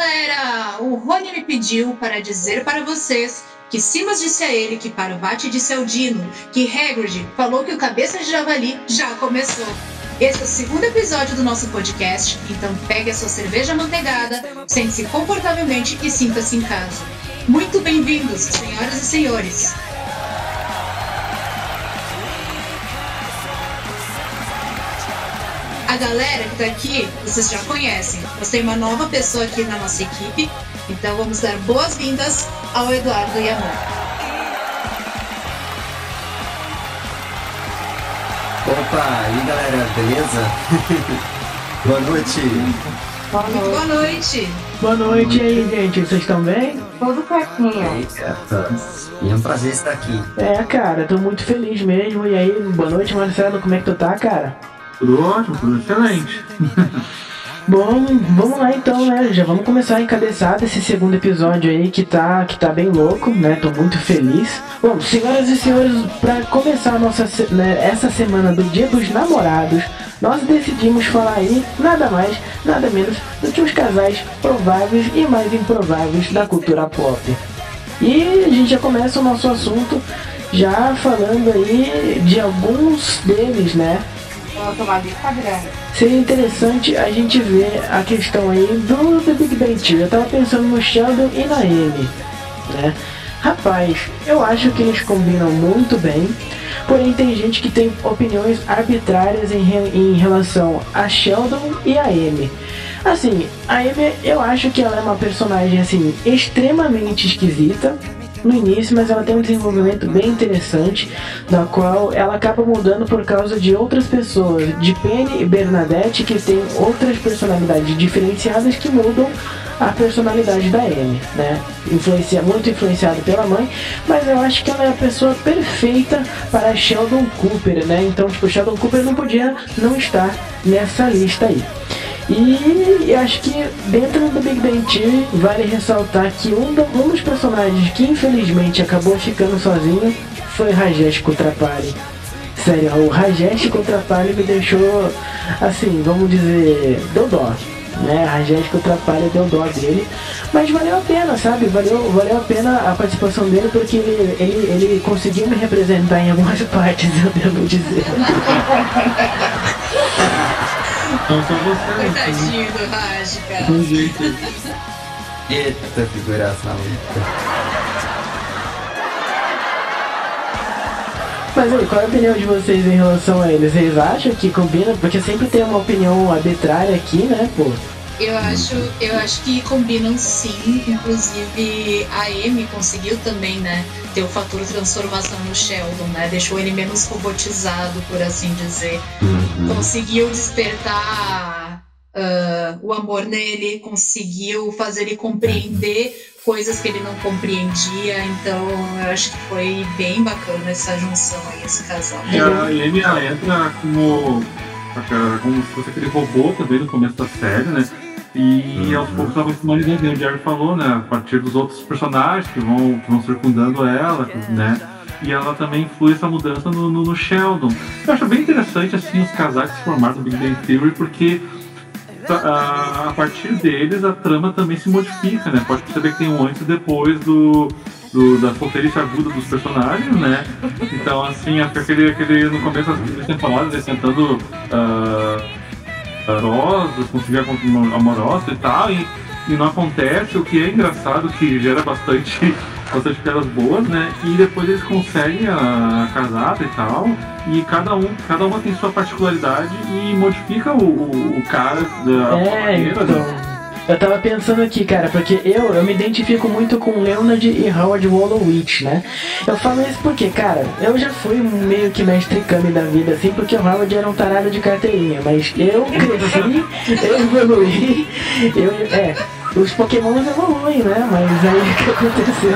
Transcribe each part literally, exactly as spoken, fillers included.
galera! O Rony me pediu para dizer para vocês que Simas disse a ele que Parvati disse ao Dino que Hagrid falou que o Cabeça de Javali já começou. Esse é o segundo episódio do nosso podcast, então pegue a sua cerveja amanteigada, sente-se confortavelmente e sinta-se em casa. Muito bem-vindos, senhoras e senhores! A galera que tá aqui, vocês já conhecem. Nós temos uma nova pessoa aqui na nossa equipe, então vamos dar boas-vindas ao Eduardo Yamon. Opa, e aí galera, beleza? Boa noite. Boa noite. Boa noite. Boa noite aí, gente. Vocês estão bem? Tudo certinho. E é um prazer estar aqui. É, cara, tô muito feliz mesmo. E aí, boa noite, Marcelo. Como é que tu tá, cara? Tudo ótimo, tudo excelente. Bom, vamos lá então, né? Já vamos começar a encabeçar esse segundo episódio aí que tá, que tá bem louco, né? Tô muito feliz. Bom, senhoras e senhores, pra começar a nossa, né, essa semana do Dia dos Namorados, nós decidimos falar aí nada mais, nada menos do que os casais prováveis e mais improváveis da cultura pop. E a gente já começa o nosso assunto já falando aí de alguns deles, né? Seria interessante a gente ver a questão aí do The Big Bang Theory. Eu tava pensando no Sheldon e na Amy, né? Rapaz, eu acho que eles combinam muito bem, porém tem gente que tem opiniões arbitrárias em, re- em relação a Sheldon e a Amy. Assim, a Amy, eu acho que ela é uma personagem assim extremamente esquisita no início, mas ela tem um desenvolvimento bem interessante, da qual ela acaba mudando por causa de outras pessoas, de Penny e Bernadette, que tem outras personalidades diferenciadas que mudam a personalidade da Amy, né? Influencia, muito influenciada pela mãe, mas eu acho que ela é a pessoa perfeita para Sheldon Cooper, né? Então, tipo, Sheldon Cooper não podia não estar nessa lista aí. E acho que dentro do Big Bang Theory vale ressaltar que um, do, um dos personagens que infelizmente acabou ficando sozinho foi Rajesh Kutrapali. Sério, o Rajesh Kutrapali me deixou, assim, vamos dizer, deu dó, né? Rajesh Kutrapali deu dó dele, mas valeu a pena, sabe? Valeu, valeu a pena a participação dele porque ele, ele, ele conseguiu me representar em algumas partes, eu devo dizer. Então só você. Coitadinho do Raj, cara. Com jeito. Eita, figuraça maluca. Mas aí, qual é a opinião de vocês em relação a eles? Vocês acham que combina? Porque sempre tem uma opinião arbitrária aqui, né, pô? Eu acho, eu acho que combinam sim, inclusive a Amy conseguiu também, né, ter o fator transformação no Sheldon, né, deixou ele menos robotizado, por assim dizer, Uhum. conseguiu despertar uh, o amor nele, conseguiu fazer ele compreender coisas que ele não compreendia, então eu acho que foi bem bacana essa junção aí, esse casal. E a Amy, ela entra como, como se fosse aquele robô também no começo da série, né? E Uhum. aos poucos ela vai se humanizando, o Jerry falou, né? A partir dos outros personagens que vão, que vão circundando ela, né? E ela também influi essa mudança no, no, no Sheldon. Eu acho bem interessante, assim, os casais que se formaram no Big Bang Theory, porque a, a partir deles a trama também se modifica, né? Pode perceber que tem um antes e depois do, do, da solteirice aguda dos personagens, né? Então, assim, aquele, aquele, no começo das primeiras temporadas, eles tentando uh, amorosos, conseguir amorosa e tal, e, e não acontece, o que é engraçado, que gera bastante, bastante piadas boas, né? E depois eles conseguem a, a casada e tal, e cada um, cada uma tem sua particularidade e modifica o, o, o cara da É, maneira, então. né? Eu tava pensando aqui, cara, porque eu, eu me identifico muito com Leonard e Howard Wolowitz, né? Eu falo isso porque, cara, eu já fui meio que mestre Kami da vida, assim, porque o Howard era um tarado de carteirinha, mas eu cresci, eu evoluí, eu, é, os Pokémons evoluem, né? Mas aí o que aconteceu?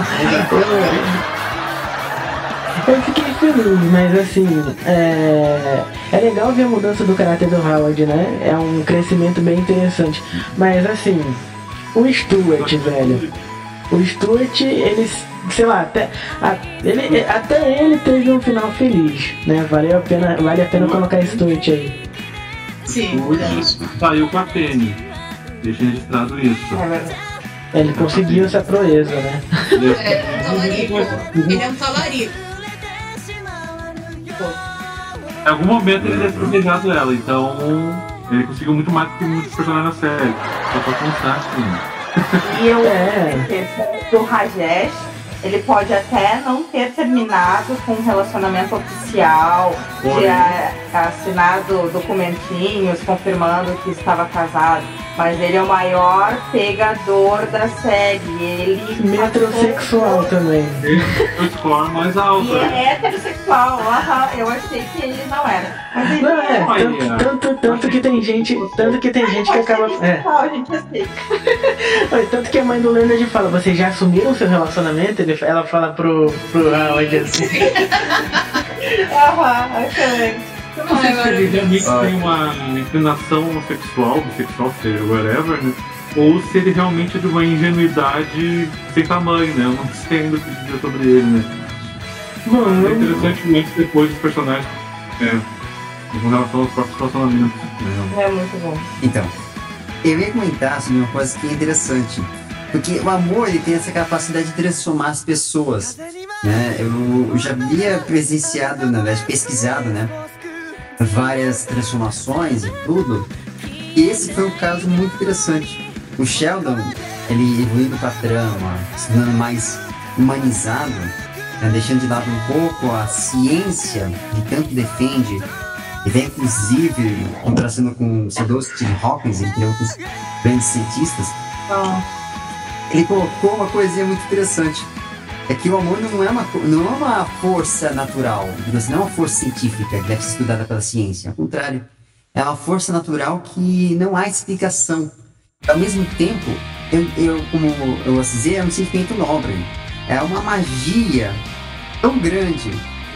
Eu, eu fiquei feliz, mas assim, é, é legal ver a mudança do caráter do Howard, né? É um crescimento bem interessante. Mas assim, o Stuart, velho. O Stuart, ele, sei lá, até, a, ele, até ele teve um final feliz, né? Valeu a pena, vale a pena colocar Stuart aí. Sim. O saiu com a Penny. Deixa registrado isso. É verdade. Ele conseguiu essa proeza, né? É, um talarico. Ele é um talarico. Em algum momento ele deve ter pegado ela, então ele conseguiu muito mais do que muitos personagens na série. Só pra constar, assim. E eu É. do Rajesh, ele pode até não ter terminado com um relacionamento oficial, Oi. de a- assinado documentinhos confirmando que estava casado, mas ele é o maior pegador da série. Ele Metrosexual também. Ele tem o score mais alto. E é heterossexual, aham, eu achei que ele não era. Mas ele Não, é, Olha. tanto, tanto, tanto que tem gente, tanto que tem gente que acaba. É. A gente aceita. Olha, tanto que a mãe do Leonard fala, vocês já assumiram seu relacionamento? Ele, ela fala pro, pro Howard assim. Aham, excelente. Eu não sei se ele realmente Ai. tem uma inclinação sexual, bissexual, seja whatever, né? Ou se ele realmente é de uma ingenuidade sem tamanho, né? Eu não sei ainda o que dizer sobre ele, né? Bom, É eu, interessante muito depois dos personagens é, com relação aos próprios relacionamentos. Né? É muito bom. Então, eu ia comentar sobre uma coisa que é interessante. Porque o amor, ele tem essa capacidade de transformar as pessoas, né? Eu, eu já havia presenciado, na verdade, pesquisado, né? Várias transformações e tudo. E esse foi um caso muito interessante. O Sheldon, ele evoluindo pra trama, se tornando mais humanizado, né? Deixando de lado um pouco a ciência que tanto defende. Ele é inclusive contrastando com o saudoso Stephen Hawking, entre outros grandes cientistas. Então, Ele colocou uma coisinha muito interessante. É que o amor não é uma, co- não é uma força natural, não é uma força científica que deve ser estudada pela ciência. Ao contrário, é uma força natural que não há explicação. Ao mesmo tempo, eu, eu, como eu vou dizer, é um sentimento nobre. É uma magia tão grande.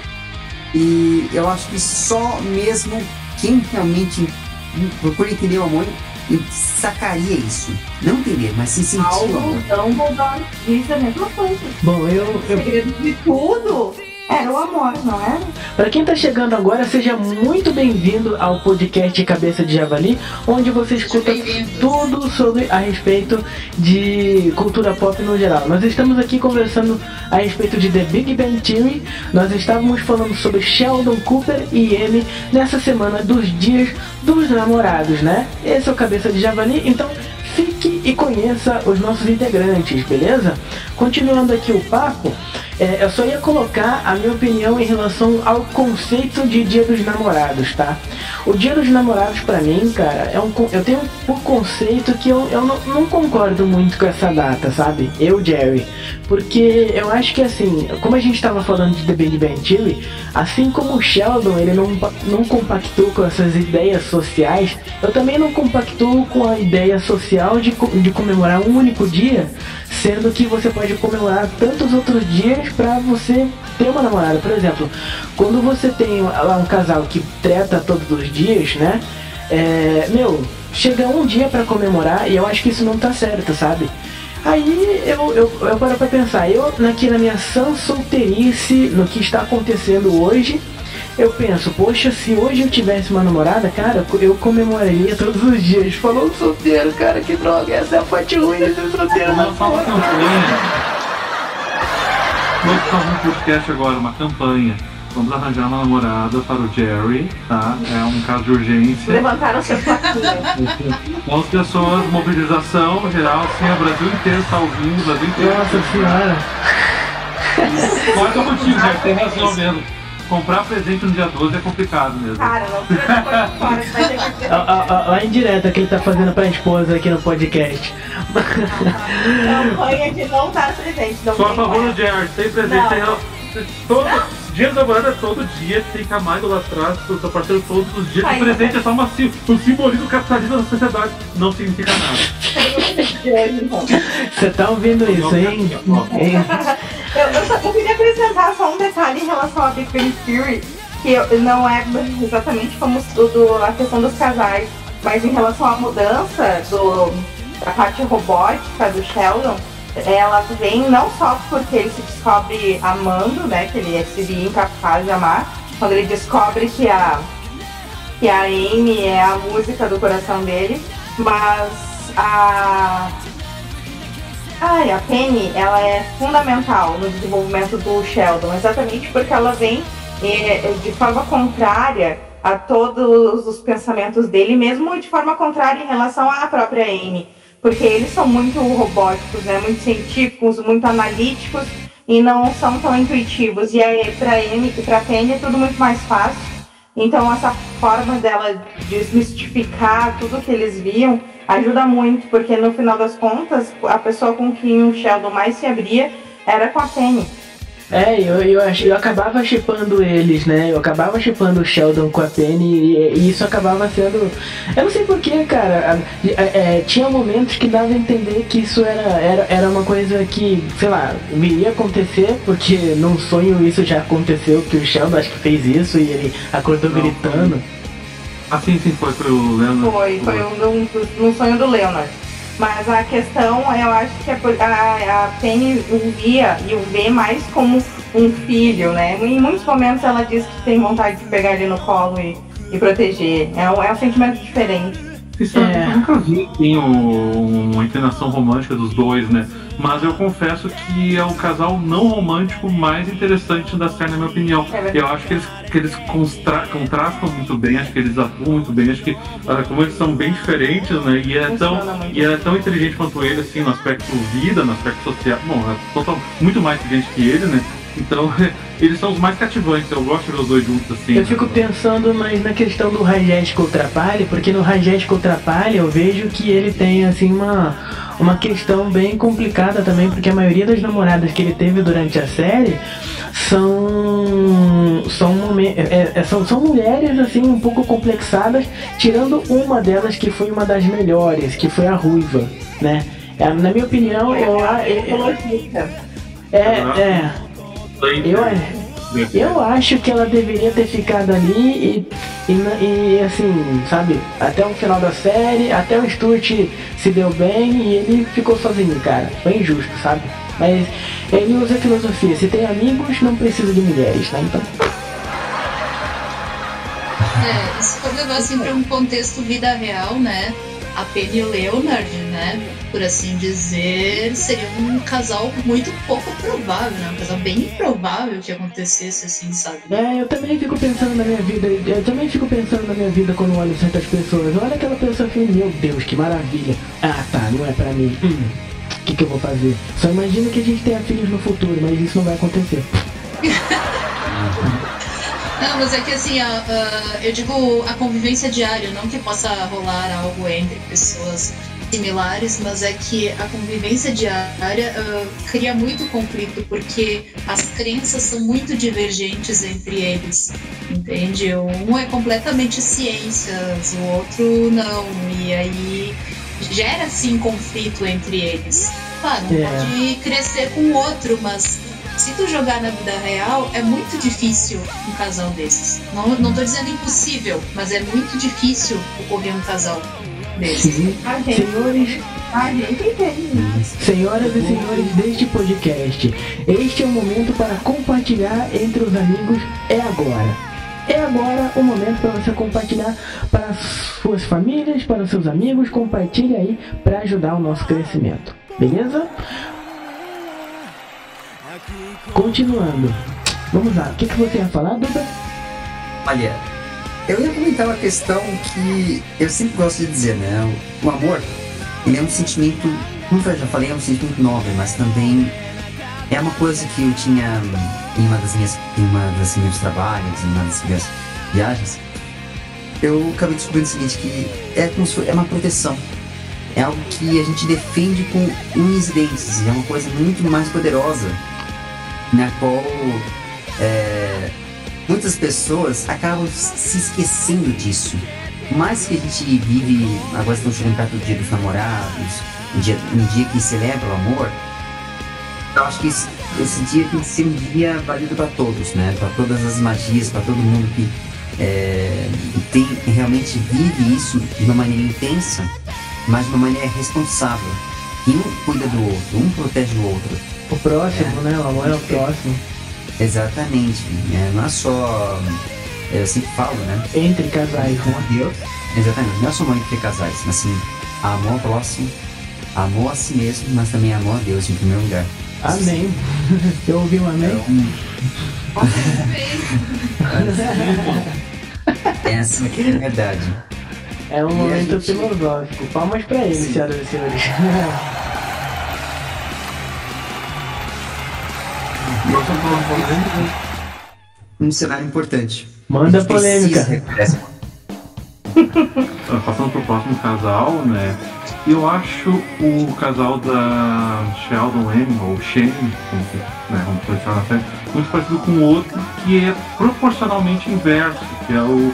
E eu acho que só mesmo quem realmente procura entender o amor sacaria isso. Não entender, mas se sentir o amor. Algo Dumbledore diz a mesma coisa. bom, eu, O eu segredo de tudo era o amor, não era? Para quem tá chegando agora, seja muito bem-vindo ao podcast Cabeça de Javali, onde você escuta Bem-vindos. tudo sobre a respeito de cultura pop no geral. Nós estamos aqui conversando a respeito de The Big Bang Theory. Nós estávamos falando sobre Sheldon Cooper e ele nessa semana dos dias dos namorados, né? Esse é o Cabeça de Javali, então fique e conheça os nossos integrantes, beleza? Continuando aqui o papo, é, eu só ia colocar a minha opinião em relação ao conceito de Dia dos Namorados, tá? O Dia dos Namorados pra mim, cara, é um, con- eu tenho um conceito que eu, eu não, não concordo muito com essa data, sabe? Eu, Jerry. Porque eu acho que assim, como a gente tava falando de The Big Bang Theory, assim como o Sheldon, ele não, pa- não compactou com essas ideias sociais, eu também não compactuo com a ideia social de, co- de comemorar um único dia, sendo que você pode comemorar tantos outros dias pra você ter uma namorada. Por exemplo, quando você tem lá um casal que treta todos os dias, né? É, meu, chega um dia pra comemorar e eu acho que isso não tá certo, sabe? Aí eu, eu, eu paro pra pensar, eu aqui na minha sã solteirice, no que está acontecendo hoje, eu penso, poxa, se hoje eu tivesse uma namorada, cara, eu comemoraria todos os dias. Falou solteiro, cara, que droga, essa é a parte ruim de ser solteiro na Vamos fazer uma porra. campanha. Vamos fazer um podcast agora, uma campanha. Vamos arranjar uma namorada para o Jerry, tá? É um caso de urgência. Levantaram seus plaquinhos. Com as pessoas, mobilização geral, assim, o Brasil inteiro está ouvindo, o Brasil inteiro. Nossa senhora. Corta contigo, Jerry, tem razão mesmo. Comprar presente no dia doze é complicado mesmo. Cara, não tira depois de fora, você vai ter que ter Ó, ó, ó, ó a indireta que ele tá fazendo pra esposa aqui no podcast. campanha de não dar presente. Não Só a tem favor do essa. Jerry, sem presente, Não. sem rela- todo dia da namorada, todo dia tem que amar e idolatrar o seu parceiro todos os dias. O Ai, presente é só uma, si- um simbolismo capitalista da sociedade, não significa nada. Você tá ouvindo isso, hein? Hein? Eu, eu, só, eu queria acrescentar só um detalhe em relação a Big Bang Theory, que eu- não é exatamente como o do, a questão dos casais, mas em relação à mudança do, da parte robótica do Sheldon, ela vem não só porque ele se descobre amando, né, que ele seria incapaz de amar, quando ele descobre que a, que a Amy é a música do coração dele, mas a Ah, e a Penny, ela é fundamental no desenvolvimento do Sheldon, exatamente porque ela vem é, de forma contrária a todos os pensamentos dele, mesmo de forma contrária em relação à própria Amy, porque eles são muito robóticos, né, muito científicos, muito analíticos e não são tão intuitivos. E aí para Amy e para Penny é tudo muito mais fácil. Então essa forma dela desmistificar tudo que eles viam ajuda muito, porque no final das contas a pessoa com quem o Sheldon mais se abria era com a Penny. É, eu, eu, eu acabava shippando eles, né? Eu acabava shippando o Sheldon com a Penny e, e isso acabava sendo... Eu não sei porquê, cara. É, é, tinha momentos que dava a entender que isso era, era, era uma coisa que, sei lá, viria acontecer, porque num sonho isso já aconteceu, que o Sheldon acho que fez isso e ele acordou não, gritando. Foi... Ah, sim, sim, foi pro Leonard. Foi, foi um, um, um sonho do Leonard. Mas a questão, eu acho que a, a, a Penny o via e o vê mais como um filho, né? Em muitos momentos ela diz que tem vontade de pegar ele no colo e, e proteger. É um, é um sentimento diferente. Isso é. Eu nunca vi assim, um, uma inclinação romântica dos dois, né? Mas eu confesso que é o casal não romântico mais interessante da série, na minha opinião. É eu acho que eles, que eles constra, contrastam muito bem, acho que eles atuam muito bem, acho que uh, como eles são bem diferentes, né? E é, tão, e é tão inteligente quanto ele, assim, no aspecto vida, no aspecto social. Bom, é total, muito mais inteligente que ele, né? Então, eles são os mais cativantes, eu gosto de ver os dois juntos assim. Eu fico pensando mais na questão do Rajesh contra a Palha, porque no Rajesh contra a Palha eu vejo que ele tem assim uma, uma questão bem complicada também, porque a maioria das namoradas que ele teve durante a série são são, é, é, são, são mulheres assim um pouco complexadas, tirando uma delas que foi uma das melhores, que foi a Ruiva, né? É, na minha opinião, eu, eu, é, é Eu, eu acho que ela deveria ter ficado ali e, e, e assim, sabe, até o final da série, até o Stuart se deu bem e ele ficou sozinho, cara. Foi injusto, sabe? Mas ele usa a filosofia, se tem amigos, não precisa de mulheres, né? Então... É, se for levar assim para um contexto vida real, né? A Penny e o Leonard, né? Por assim dizer, seria um casal muito pouco provável, né? Um casal bem improvável que acontecesse assim, sabe? É, eu também fico pensando na minha vida, eu também fico pensando na minha vida quando olho certas pessoas. Olha aquela pessoa assim, meu Deus, que maravilha. Ah, tá, não é pra mim. Hum, o que que eu vou fazer? Só imagino que a gente tenha filhos no futuro, mas isso não vai acontecer. Não, mas é que assim, a, a, eu digo a convivência diária, não que possa rolar algo entre pessoas similares, mas é que a convivência diária uh, cria muito conflito, porque as crenças são muito divergentes entre eles, entende? Um é completamente ciências, o outro não, e aí gera sim conflito entre eles. Claro, não É. pode crescer com o outro, mas se tu jogar na vida real, é muito difícil um casal desses. Não, não tô dizendo impossível, mas é muito difícil ocorrer um casal desses. Sim. A gente, Senhores, a gente entende. senhoras e senhores deste podcast, este é o momento para compartilhar entre os amigos. É agora. É agora o momento para você compartilhar para suas famílias, para seus amigos. Compartilhe aí para ajudar o nosso crescimento. Beleza? Continuando. Vamos lá. O que, que você ia falar, Duda? Olha, eu ia comentar uma questão que eu sempre gosto de dizer, né? O, o amor, ele é um sentimento, como eu já falei, é um sentimento nobre, mas também é uma coisa que eu tinha em uma das minhas, em uma das meus trabalhos, em uma das minhas viagens. Eu acabei descobrindo o seguinte, que é, como se for, é uma proteção. É algo que a gente defende com unhas e dentes. É uma coisa muito mais poderosa, na qual é, muitas pessoas acabam se esquecendo disso. Por mais que a gente vive, agora estamos chegando perto do dia dos namorados, um dia, um dia que celebra o amor, eu acho que esse, esse dia tem que ser um dia válido para todos, né? Para todas as magias, para todo mundo que é, tem, realmente vive isso de uma maneira intensa, mas de uma maneira responsável. Que um cuida do outro, um protege o outro. O próximo, É. né? O amor é o próximo. Exatamente. É, não é só. Eu sempre falo, né? Entre casais, Com né? Deus. Exatamente. Não é só amor entre casais, mas sim amor ao próximo, amou a si mesmo, mas também amou a Deus em primeiro lugar. Amém. Você ouviu um amém? Essa aqui é a verdade. É um E momento a gente- filosófico. Palmas pra ele, Sim. senhoras e senhores. Nós estamos falando polêmica. Um cenário importante. Manda A gente polêmica. precisa recuperar essa- Ah, Passando pro próximo casal, né? Eu acho o casal da Sheldon M, ou Shane, como, que, né, como foi na série, muito parecido com o outro, que é proporcionalmente inverso, que é o,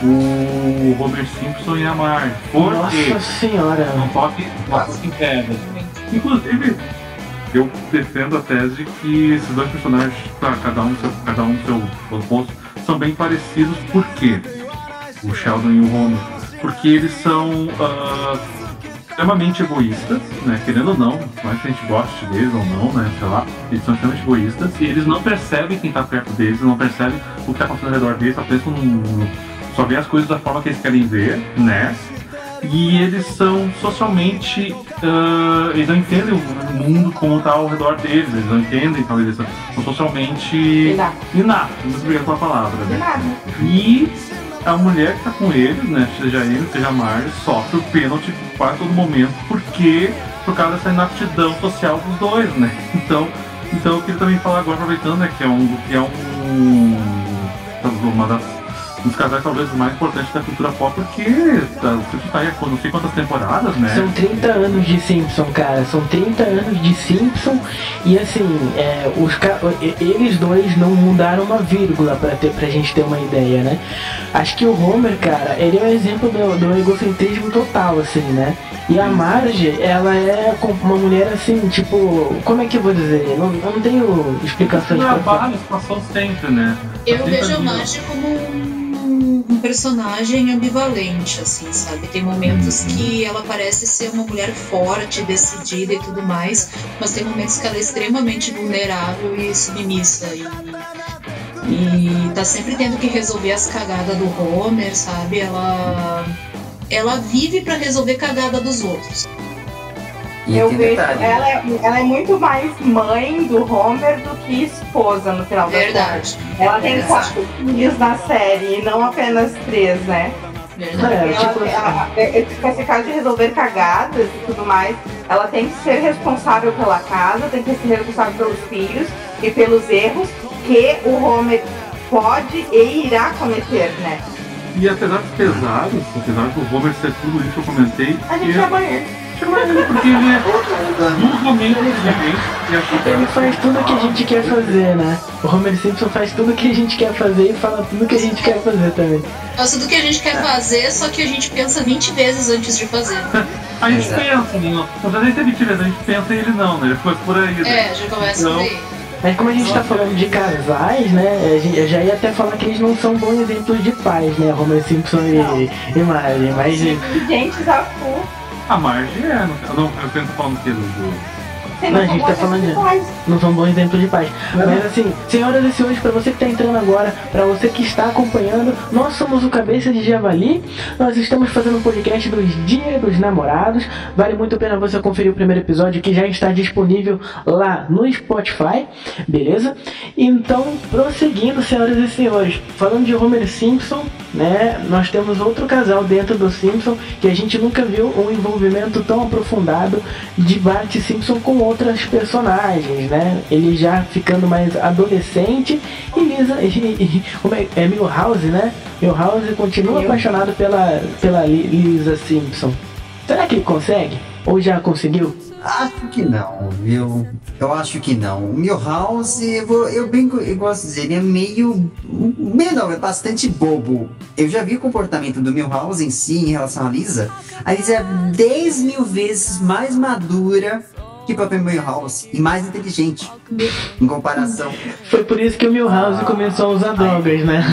o Homer Simpson e a Marge. Por quê? Nossa senhora. Não toque em pedra. Inclusive, eu defendo a tese de que esses dois personagens, tá, cada um no seu, cada um no seu oposto, são bem parecidos. Por quê? O Sheldon e o Homer. Porque eles são ah, extremamente egoístas, né? Querendo ou não, mais que a gente goste deles ou não, né? Sei lá, eles são extremamente egoístas e eles não percebem quem tá perto deles, não percebem o que tá acontecendo ao redor deles, só pensam no, só vê as coisas da forma que eles querem ver, né? E eles são socialmente. ah, eles não entendem o mundo como está ao redor deles, eles não entendem, então eles são, são socialmente Inato. inatos, muito obrigado pela palavra, De né? nada. E a mulher que tá com eles, né, seja ele, seja a Marge, sofre o pênalti quase todo momento, porque por causa dessa inaptidão social dos dois, né? Então, então eu queria também falar agora, aproveitando, né, que é um, que é um, uma das um dos casais talvez mais importantes da cultura pop, porque tá, o Simpsons tá aí há não sei quantas temporadas, né? São trinta anos de Simpson, cara. São trinta anos de Simpson. E assim, é, os ca... eles dois não mudaram uma vírgula pra, ter, pra gente ter uma ideia, né? Acho que o Homer, cara, ele é um exemplo do, do egocentrismo total, assim, né? E a Marge, ela é uma mulher assim, tipo, como é que eu vou dizer? Não, eu não tenho explicações pra falar. Trabalha a situação sempre, né? Eu Sempre vejo a ali, Marge como um, um personagem ambivalente, assim, sabe? Tem momentos que ela parece ser uma mulher forte, decidida e tudo mais, mas tem momentos que ela é extremamente vulnerável e submissa. E, e tá sempre tendo que resolver as cagadas do Homer, sabe? Ela, ela vive pra resolver cagada dos outros. E Eu tem vejo, detalhe. ela é, ela é muito mais mãe do Homer do que esposa no final das Verdade. contas. Ela tem Verdade. quatro filhos na série e não apenas três, né? Verdade. É, Ela, tipo, ela, é- é- com esse caso de resolver cagadas e tudo mais, ela tem que ser responsável pela casa, tem que ser responsável pelos filhos e pelos erros que o Homer pode e irá cometer, né? E apesar dos pesados, apesar do Homer ser tudo isso que eu comentei, A gente ele é banheiro. chama ele porque ele é duramente inteligente e acho que Ele faz tudo o que a gente quer fazer, né? O Homer Simpson faz tudo o que a gente quer fazer e fala tudo o que a gente quer fazer também. Nossa, tudo que a gente quer fazer, só que a gente pensa vinte vezes antes de fazer. A gente Exato. pensa, né? Não precisa nem ter mentira, a gente pensa e ele não, né? Ele foi por aí, né? É, já começa Então, daí. Mas como a gente tá falando de casais, né? a gente- Eu já ia até falar que eles não são bons exemplos de pais, né? Homer Simpson e, e Marge. Mas Gente, já fui. a Marge é, não, eu, não, eu penso falando que do, do Não, a gente tá falando de- não são bons exemplos de pais. Mas assim, senhoras e senhores, pra você que tá entrando agora, pra você que está acompanhando, nós somos o Cabeça de Javali. Nós estamos fazendo um podcast dos Dia dos Namorados. Vale muito a pena você conferir o primeiro episódio, que já está disponível lá no Spotify, beleza? Então, prosseguindo, senhoras e senhores, falando de Homer Simpson, né? Nós temos outro casal dentro do Simpson que a gente nunca viu um envolvimento tão aprofundado de Bart Simpson com outras personagens, né? Ele já ficando mais adolescente e Lisa e, e, como é, é Milhouse, né? Milhouse continua Mil. apaixonado pela, pela Li- Lisa Simpson. Será que ele consegue? Ou já conseguiu? Acho que não, viu? Eu acho que não. O Milhouse, eu, vou- eu bem eu gosto de dizer, ele é meio. Meio não, é bastante bobo. Eu já vi o comportamento do Milhouse em si em relação à Lisa. A Lisa é dez mil vezes mais madura que o próprio Milhouse e mais inteligente em comparação. Foi por isso que o Milhouse começou a usar drogas, né?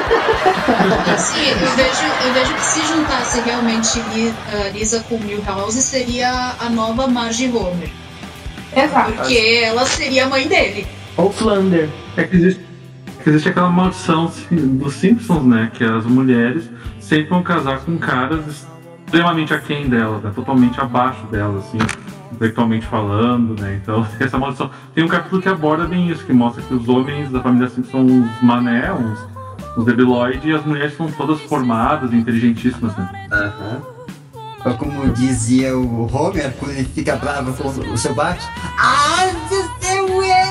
Assim, eu vejo, eu vejo que se juntasse realmente Li- a Lisa com Milhouse, seria a nova Marge Homer. Exato. Porque ela seria a mãe dele. Ou Flander. É que existe, que existe aquela maldição dos Simpsons, né? Que as mulheres sempre vão casar com caras extremamente aquém delas, né? Totalmente abaixo delas, assim. intelectualmente falando, né? Então, essa maldição. Tem um capítulo que aborda bem isso, que mostra que os homens da família Simpson são uns mané, uns, uns debiloides, e as mulheres são todas formadas, inteligentíssimas, né? Aham. Ou como dizia o Homer, quando ele fica bravo com o seu Bart, ah, você é.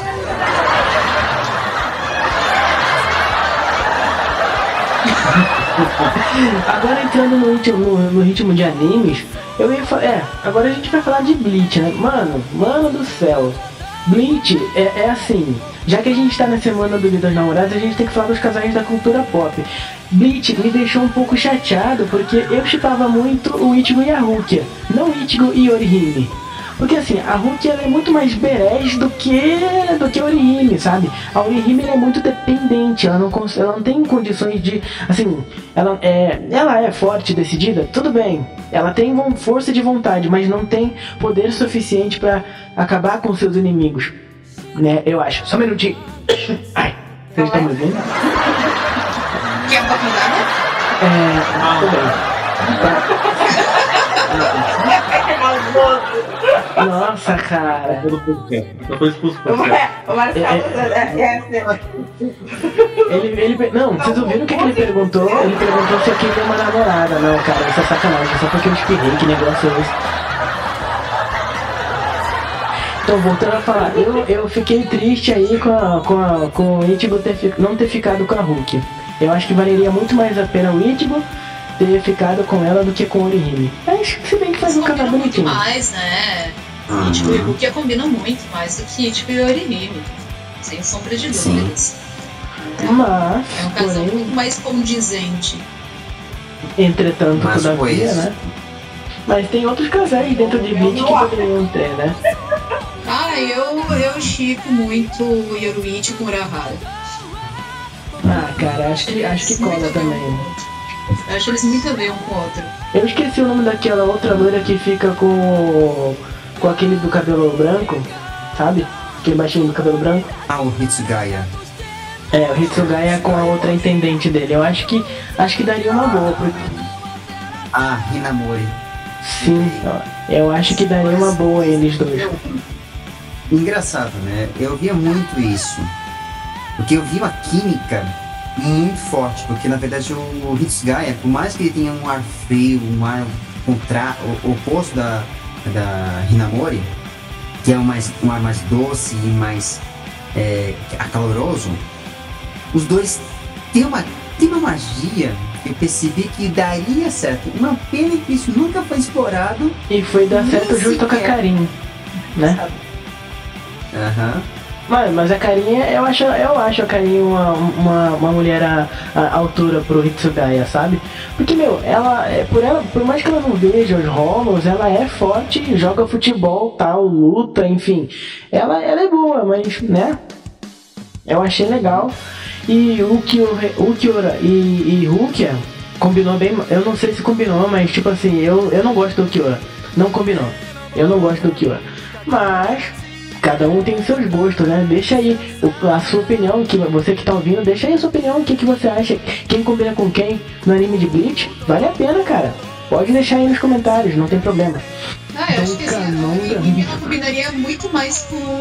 Agora entrando no ritmo, no, no ritmo de animes, eu ia falar. É, agora a gente vai falar de Bleach, né? Mano, mano do céu. Bleach é, é assim. Já que a gente tá na semana do Dia dos Namorados, a gente tem que falar dos casais da cultura pop. Bleach me deixou um pouco chateado porque eu shippava muito o Ichigo e a Rukia, não o Ichigo e Orihime. Porque assim, a Rukia ela é muito mais berés do que do que a Orihime, sabe? A Orihime ela é muito dependente, ela não, ela não tem condições de, assim, ela é, ela é forte, decidida, tudo bem. Ela tem força de vontade, mas não tem poder suficiente pra acabar com seus inimigos, né? Eu acho. Só um minutinho. Ai, vocês estão me ouvindo? Quer um pouquinho d'água? É, tudo bem. Nossa, cara. Não foi expulso pra É, o Marcelo. É, é, Ele, ele, não, vocês ouviram o que, que ele perguntou? Ele perguntou se eu queria uma namorada. Não, cara, isso é sacanagem. Só porque eu espirrei, que negócio é esse? Então, voltando a falar, eu, eu fiquei triste aí com, a, com, a, com o Ichigo ter, não ter ficado com a Rukia. Eu acho que valeria muito mais a pena o Ichigo ter ficado com ela do que com o Orihime. Mas se bem que faz um Eles canal combinam muito bonitinho. mais, né? Uhum. Ichigo e Rukia combinam muito mais do que Ichigo e Orihime. Sem sombra de dúvidas. Mas, É um casal porém, muito mais condizente. entretanto, Mas todavia, foi isso. né? Mas tem outros casais dentro de Bleach que poderiam ter, né? Ah, eu, eu chipo muito o Yoruichi com o Urahara. Ah, cara, acho que, acho que Eles muito cola a ver um também. com o outro. Eu acho eles muito a ver um com o outro. Eu esqueci o nome daquela outra loira que fica com com aquele do cabelo branco, sabe? Aquele baixinho do cabelo branco. Ah, o Hitsugaya. É, o Hitsugaya com a outra intendente dele. Eu acho que acho que daria uma boa, porque Ah, Hinamori. sim, ó, eu acho que daria uma boa eles dois. Engraçado, né? Eu via muito isso. Porque eu vi uma química muito forte. Porque, na verdade, o Hitsugaya, por mais que ele tenha um ar frio, um ar contra... o oposto da, da Hinamori, que é um, mais, um ar mais doce e mais é, acaloroso, os dois têm uma, têm uma magia que eu percebi que daria certo. Uma pena que isso nunca foi explorado. E foi dar Nem certo junto com a sequer. Karin, né? Aham. Mas, mas a Karin, eu acho, eu acho a Karin uma, uma, uma mulher à, à altura pro Hitsugaya, sabe? Porque, meu, ela, é, por ela, por mais que ela não veja os rolos, ela é forte, joga futebol, tal, luta, enfim. Ela, ela é boa, mas, né? Eu achei legal. E o Ukiura e, e Rukia combinou bem. Eu não sei se combinou, mas, tipo assim, eu, eu não gosto do Ukiura. Não combinou. Eu não gosto do Ukiura. Mas cada um tem seus gostos, né? Deixa aí o- a sua opinião, que você que tá ouvindo, deixa aí a sua opinião, o que, que você acha, quem combina com quem no anime de Bleach, vale a pena, cara. Pode deixar aí nos comentários, não tem problema. Ah, eu acho que assim, Nunca, a nunca. Orihime ela combinaria muito mais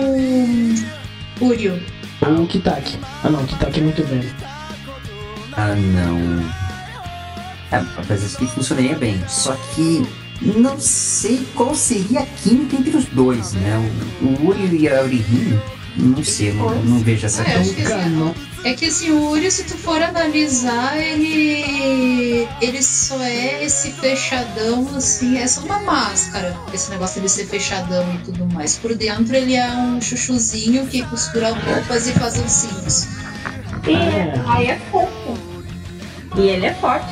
com o Uryu. Ou o Kitaki. Ah não, o Kitaki é muito bem. Ah, não. É, apesar que funcionaria bem. Só que não sei qual seria a química entre os dois, né? O, o Uri e a Orihime, não sei, não, não vejo essa Ah, eu acho que química. assim, não. é que assim, o Uri, se tu for analisar, ele ele só é esse fechadão, assim, é só uma máscara, esse negócio de ser fechadão e tudo mais. Por dentro ele é um chuchuzinho que costura roupas e faz ursinhos. E É. aí é fofo. E ele é forte.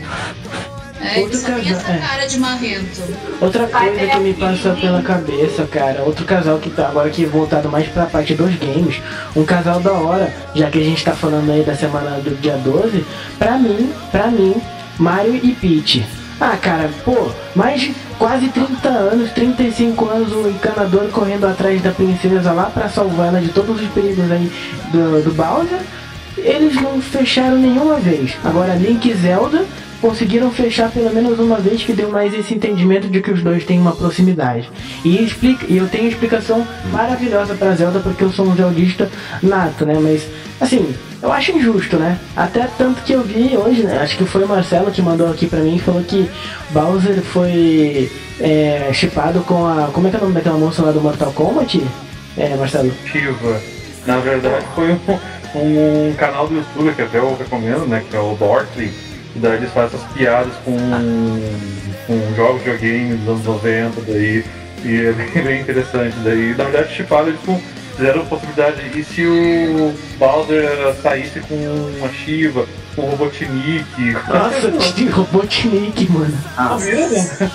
É, ele Outro só tem casal, essa é. cara de marrento. Outra coisa que me passou pela cabeça, cara, outro casal que tá agora aqui voltado mais pra parte dos games, um casal da hora, já que a gente tá falando aí da semana do dia doze, pra mim, pra mim, Mario e Peach. Ah, cara, pô, mais de quase trinta anos, trinta e cinco anos, o encanador correndo atrás da princesa lá pra salvar ela de todos os perigos aí do, do Bowser, eles não fecharam nenhuma vez. Agora Link e Zelda conseguiram fechar pelo menos uma vez, que deu mais esse entendimento de que os dois têm uma proximidade. E, explica, e eu tenho explicação maravilhosa pra Zelda, porque eu sou um zeldista nato, né? Mas, assim, eu acho injusto, né? Até tanto que eu vi hoje, né? Acho que foi o Marcelo que mandou aqui pra mim e falou que Bowser foi é, shippado com a... Como é que é o nome daquela moça lá do Mortal Kombat? É, Marcelo? Shiva. Na verdade foi um, um canal do YouTube que até eu recomendo, né? Que é o Dortly. E daí eles fazem essas piadas com, com jogos de videogame dos anos noventa, daí, e é bem, bem interessante. Daí, na verdade, chipado, eles fizeram a possibilidade, e se o Bowser saísse com uma Shiva, com o Robotnik? Nossa, que Robotnik, mano. Ah, mesmo?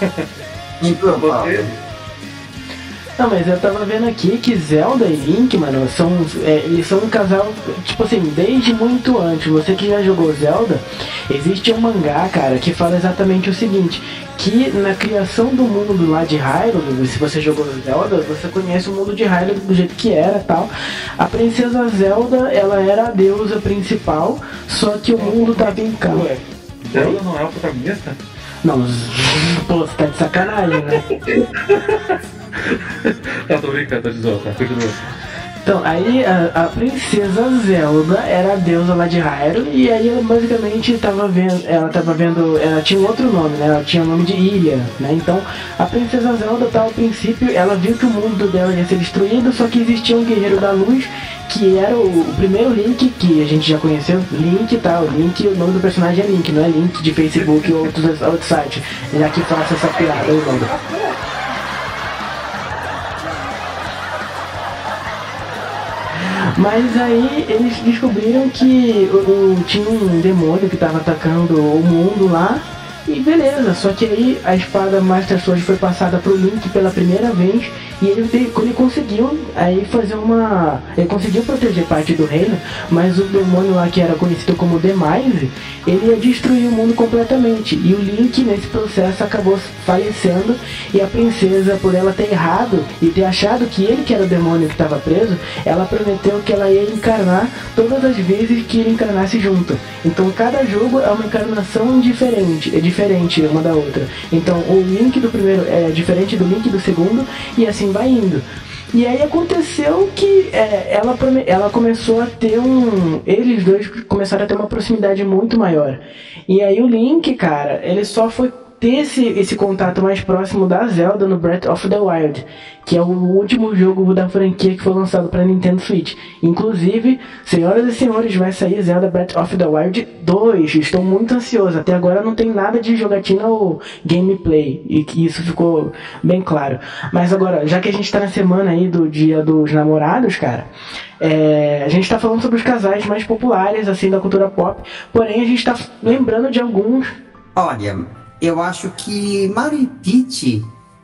Não, mas eu tava vendo aqui que Zelda e Link, mano, são, é, eles são um casal, tipo assim, desde muito antes. Você que já jogou Zelda, existe um mangá, cara, que fala exatamente o seguinte, que na criação do mundo lá de Hyrule, se você jogou Zelda, você conhece o mundo de Hyrule do jeito que era e tal. A princesa Zelda, ela era a deusa principal, só que o mundo tava em caos. Zelda não é o protagonista? Não, pô, você tá de sacanagem, né? Tá, tô brincando, tô de zoando, tá? Continua. Então, aí a, a princesa Zelda era a deusa lá de Hyrule, e aí ela basicamente tava vendo, ela tava vendo, ela tinha um outro nome, né? Ela tinha o nome de Ilha, né? Então, a princesa Zelda, tá, ao princípio, ela viu que o mundo dela ia ser destruído, só que existia um guerreiro da luz, que era o, o primeiro Link, que a gente já conheceu, Link, tá? O Link, o nome do personagem é Link, não é Link de Facebook ou outros, outros sites, já que faça essa piada aí, mano. Mas aí eles descobriram que o, o, tinha um demônio que estava atacando o mundo lá. E beleza, só que aí a espada Master Sword foi passada pro Link pela primeira vez. E ele, ele conseguiu aí fazer uma... Ele conseguiu proteger parte do reino, mas o demônio lá que era conhecido como Demise, ele ia destruir o mundo completamente. E o Link nesse processo acabou falecendo. E a princesa, por ela ter errado e ter achado que ele que era o demônio que estava preso, ela prometeu que ela ia encarnar todas as vezes que ele encarnasse junto. Então cada jogo é uma encarnação diferente, é diferente uma da outra. Então o Link do primeiro é diferente do Link do segundo, e assim vai indo. E aí aconteceu que é, ela, ela começou a ter um... Eles dois começaram a ter uma proximidade muito maior. E aí o Link, cara, ele só foi ter esse, esse contato mais próximo da Zelda no Breath of the Wild, que é o último jogo da franquia que foi lançado para Nintendo Switch. Inclusive, senhoras e senhores, vai sair Zelda Breath of the Wild dois. Estou muito ansioso. Até agora não tem nada de jogatina ou gameplay, e que isso ficou bem claro. Mas agora, já que a gente está na semana aí do Dia dos Namorados, cara, é, a gente está falando sobre os casais mais populares assim da cultura pop, porém a gente está lembrando de alguns. Olha, eu acho que Mario e Peach,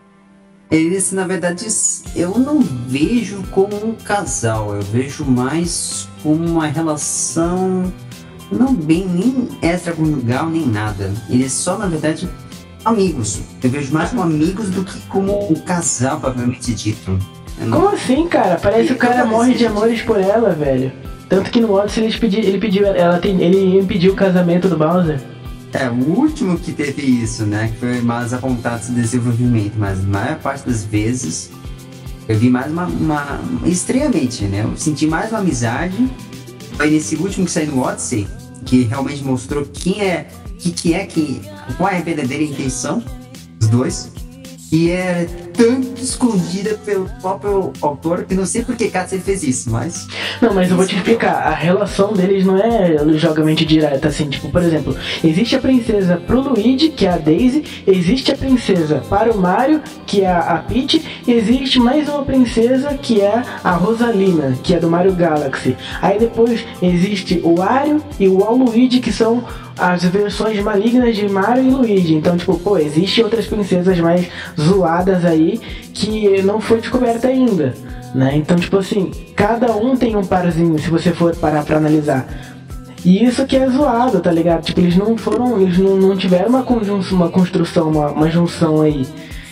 eles, na verdade, eu não vejo como um casal, eu vejo mais como uma relação não bem nem extraconjugal nem nada. Eles só, na verdade, amigos. Eu vejo mais como amigos do que como um casal, propriamente dito. Não... Como assim, cara? Parece que o cara morre de amores por ela, velho. Tanto que no Odyssey ele pediu, ele pediu, ela tem, ele impediu o casamento do Bowser. É, o último que teve isso, né, que foi mais apontado esse desenvolvimento, mas na maior parte das vezes eu vi mais uma, uma estranhamente, né, eu senti mais uma amizade. Foi nesse último que saiu no Odyssey, que realmente mostrou quem é, que que é, que, qual é a verdadeira intenção dos dois, e é tanto escondida pelo próprio autor, que não sei por que Katsu ele fez isso, mas... Não, mas eu vou te explicar, a relação deles não é jogamente direta, assim, tipo, por exemplo, existe a princesa pro Luigi, que é a Daisy, existe a princesa para o Mario, que é a Peach, e existe mais uma princesa, que é a Rosalina, que é do Mario Galaxy. Aí depois existe o Wario e o Waluigi, que são as versões malignas de Mario e Luigi. Então, tipo, pô, existe outras princesas mais zoadas aí que não foi descoberta ainda, né? Então, tipo assim, cada um tem um parzinho, se você for parar pra analisar. E isso que é zoado, tá ligado? Tipo, eles não foram, eles não, não tiveram uma conjunção, uma construção, uma, uma junção aí.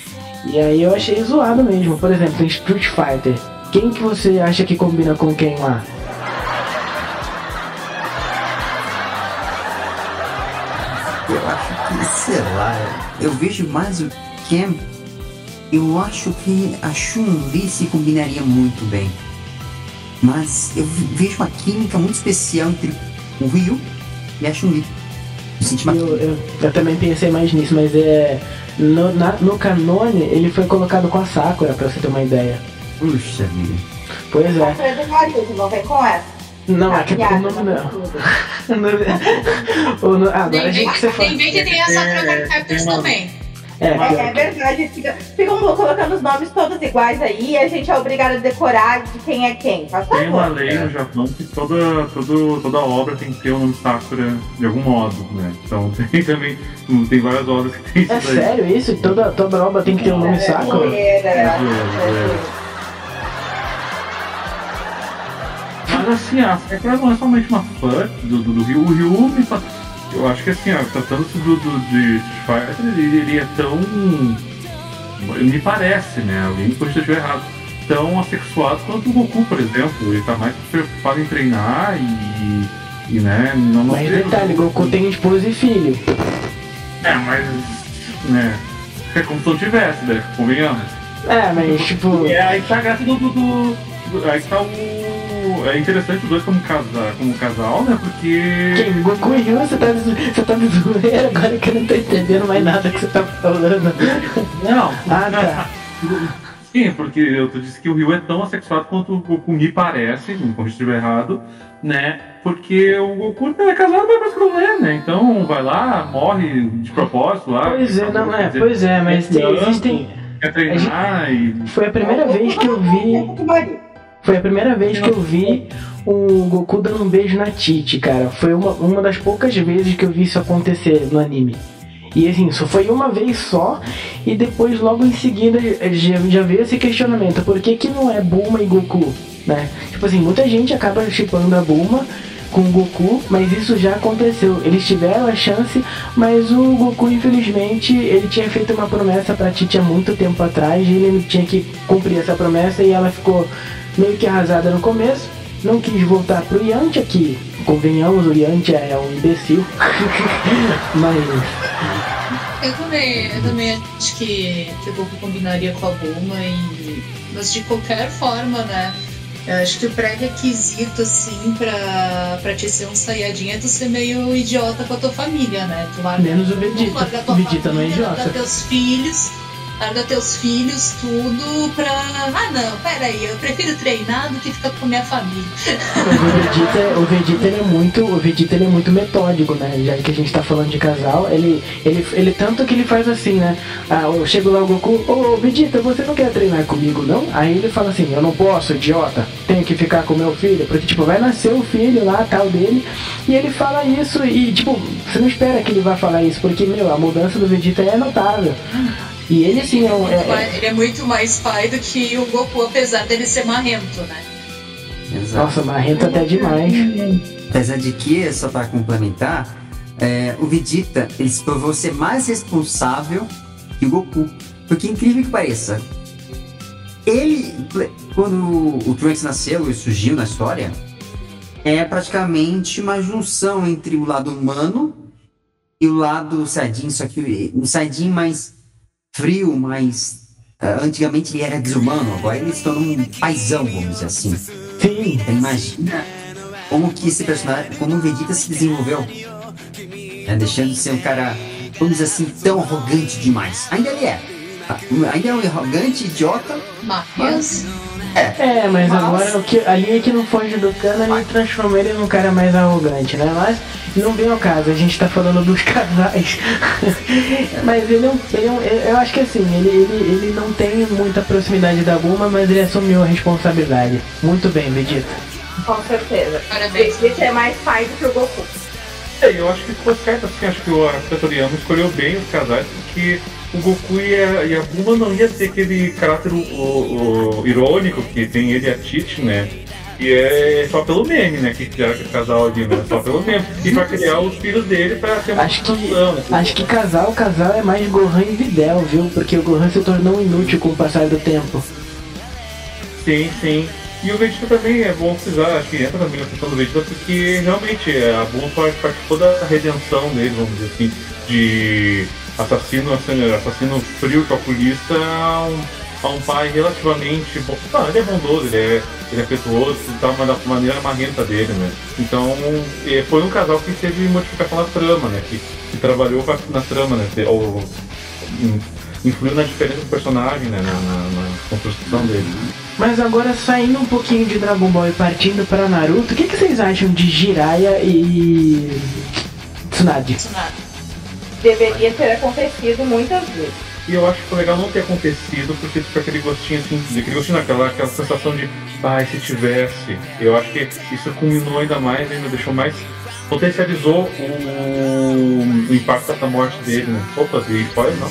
E aí eu achei zoado mesmo. Por exemplo, em Street Fighter, quem que você acha que combina com quem lá? Eu acho sei lá, eu vejo mais o Ken. Eu acho que a Chun-Li se combinaria muito bem. Mas eu vejo uma química muito especial entre o Ryu e a Chun-Li. Eu senti uma Eu, química. eu, eu também pensei mais nisso, mas é. No, na, no canone, ele foi colocado com a Sakura, pra você ter uma ideia. Puxa vida. Pois é. Você é do Naruto, não vem com essa. Não, Ah, é que o piada, nome não. tudo. O no- ah, agora Nem a vem, gente você fala. nem vem que tem a Sakura É, Card Captors tem uma- também. É, É, é verdade, fica, ficam colocando os nomes todos iguais aí e a gente é obrigado a decorar de quem é quem. Faz Tem uma favor. lei no Japão que toda, todo, toda obra tem que ter o nome Sakura de algum modo, né? Então tem também, tem várias obras que tem isso é daí. sério isso? Toda, toda obra tem que ter um nome Sakura? Zoeira, É, é. Mas assim, a Sakura não é somente uma fã do, do, do Ryu. O Ryu, me fa- eu acho que assim, ó, tratando-se do, do, de Street Fighter, ele, ele é tão. Me parece, né? Alguém pode estar errado. Tão assexuado quanto o Goku, por exemplo. Ele tá mais preocupado em treinar e. e né? Não, não Mas sei- detalhe, Goku tem esposa e filho. É, mas. né? É como se não tivesse, né? Convenhamos. É, mas tipo. É, aí tá a graça do, do, do- do- Aí tá o. É interessante os dois como, casa, como casal, né? Porque. Quem? Goku e Ryu, você tá, de- você tá de zoeira agora que eu não tô entendendo mais nada que você tá falando. Não, Ah, tá. Sim, porque eu disse que o Ryu é tão assexuado quanto o Goku me parece, não corrija se estiver errado, né? Porque o Goku é casado mas não é, né? Então vai lá, morre de propósito lá. Pois é, não quer é, dizer, pois é, mas tem- tanto, existem. Quer treinar e. Foi a primeira vez que eu vi. Foi a primeira vez que eu vi o Goku dando um beijo na Titi, cara. Foi uma, uma das poucas vezes que eu vi isso acontecer no anime. E assim, só foi uma vez só, e depois logo em seguida já, já veio esse questionamento, por que que não é Bulma e Goku, né? Tipo assim, muita gente acaba shippando a Bulma com o Goku, mas isso já aconteceu. Eles tiveram a chance, mas o Goku, infelizmente, ele tinha feito uma promessa pra Titi há muito tempo atrás, e ele tinha que cumprir essa promessa, e ela ficou meio que arrasada no começo, não quis voltar pro Yantia, que, convenhamos, o Yantia é um imbecil, mas... Eu também, eu também acho que, que o Goku combinaria com a Bulma, e, mas de qualquer forma, né? Eu acho que o pré-requisito, assim, pra, pra te ser um Saiyajin é tu ser meio idiota com a tua família, né? Tu larga, Menos o tu Vegeta. larga a tua O Vegeta não é família, idiota. larga teus filhos, larga teus filhos, tudo pra... Ah, não, peraí, eu prefiro treinar do que ficar com minha família. O Vegeta, o Vegeta ele é muito, o Vegeta ele é muito metódico, né? Já que a gente tá falando de casal, ele, ele, ele tanto que ele faz assim, né? Ah, eu chego lá o Goku, ô Vegeta, você não quer treinar comigo, não? Aí ele fala assim, eu não posso, idiota, tenho que ficar com meu filho, porque tipo, vai nascer o filho lá, tal dele, e ele fala isso e tipo, você não espera que ele vá falar isso, porque meu, a mudança do Vegeta é notável. E ele assim é, um- é, é Ele é muito mais pai do que o Goku, apesar dele ser marrento, né? Exato. nossa, marrento até demais. Apesar de que, só para complementar, é, o Vegeta ele se provou ser mais responsável que o Goku. Porque, incrível que pareça, ele, quando o Trunks nasceu e surgiu na história, é praticamente uma junção entre o lado humano e o lado Saiyajin, só que um Saiyajin mais frio, mais... ah, antigamente ele era desumano, agora ele se tornou um paizão, vamos dizer assim. Sim, Então imagina como que esse personagem, como o Vegeta se desenvolveu, né? Deixando de ser um cara, vamos dizer assim, tão arrogante demais. Ainda ele é. Ainda é um arrogante, idiota, Mas, é, mas Mas- agora o que, a linha que não foge do cano, ele transforma ele num cara mais arrogante, né? Mas não vem ao caso, a gente tá falando dos casais. Mas ele é um, ele é um, eu acho que assim, ele, ele, ele não tem muita proximidade da Bulma, mas ele assumiu a responsabilidade. Muito bem, Vegeta. Com certeza. parabéns. Vegeta é mais pai do que o Goku. É, eu acho que ficou certo, assim, acho que o Akira Toriyama escolheu bem os casais, porque o Goku e a, e a Bulma não ia ter aquele caráter o, o- o irônico que tem ele e a Titi, né? E é só pelo meme, né, que criaram aquele casal ali, né? Só pelo meme. E pra criar os filhos dele pra ter uma Acho que, discussão, né? acho que casal, casal é mais Gohan e Videl, viu? Porque o Gohan se tornou inútil com o passar do tempo. Sim, sim. E o Vegeta também é bom precisar, acho que entra também na questão do Vegeta, porque realmente a Bulma participou da redenção dele, vamos dizer assim, de assassino, assim, assassino frio, calculista, a um, a um pai relativamente bom. Não, ele é bondoso, ele é, ele é afetuoso, ele tá da maneira marrenta dele, né? Então, foi um casal que teve modificação na trama, né? Que, que trabalhou na trama, né? Ou, influiu na diferença do personagem, né? Na, na, na construção dele. Mas agora, saindo um pouquinho de Dragon Ball e partindo pra Naruto, o que, que vocês acham de Jiraiya e Tsunade? Tsunade. Deveria ter acontecido muitas vezes. E eu acho que foi legal não ter acontecido, porque fica aquele gostinho assim, aquele gostinho naquela, aquela sensação de, ai, se tivesse. Eu acho que isso culminou ainda mais, ainda deixou mais, potencializou o, o impacto da morte dele, né? Opa, e spoiler não?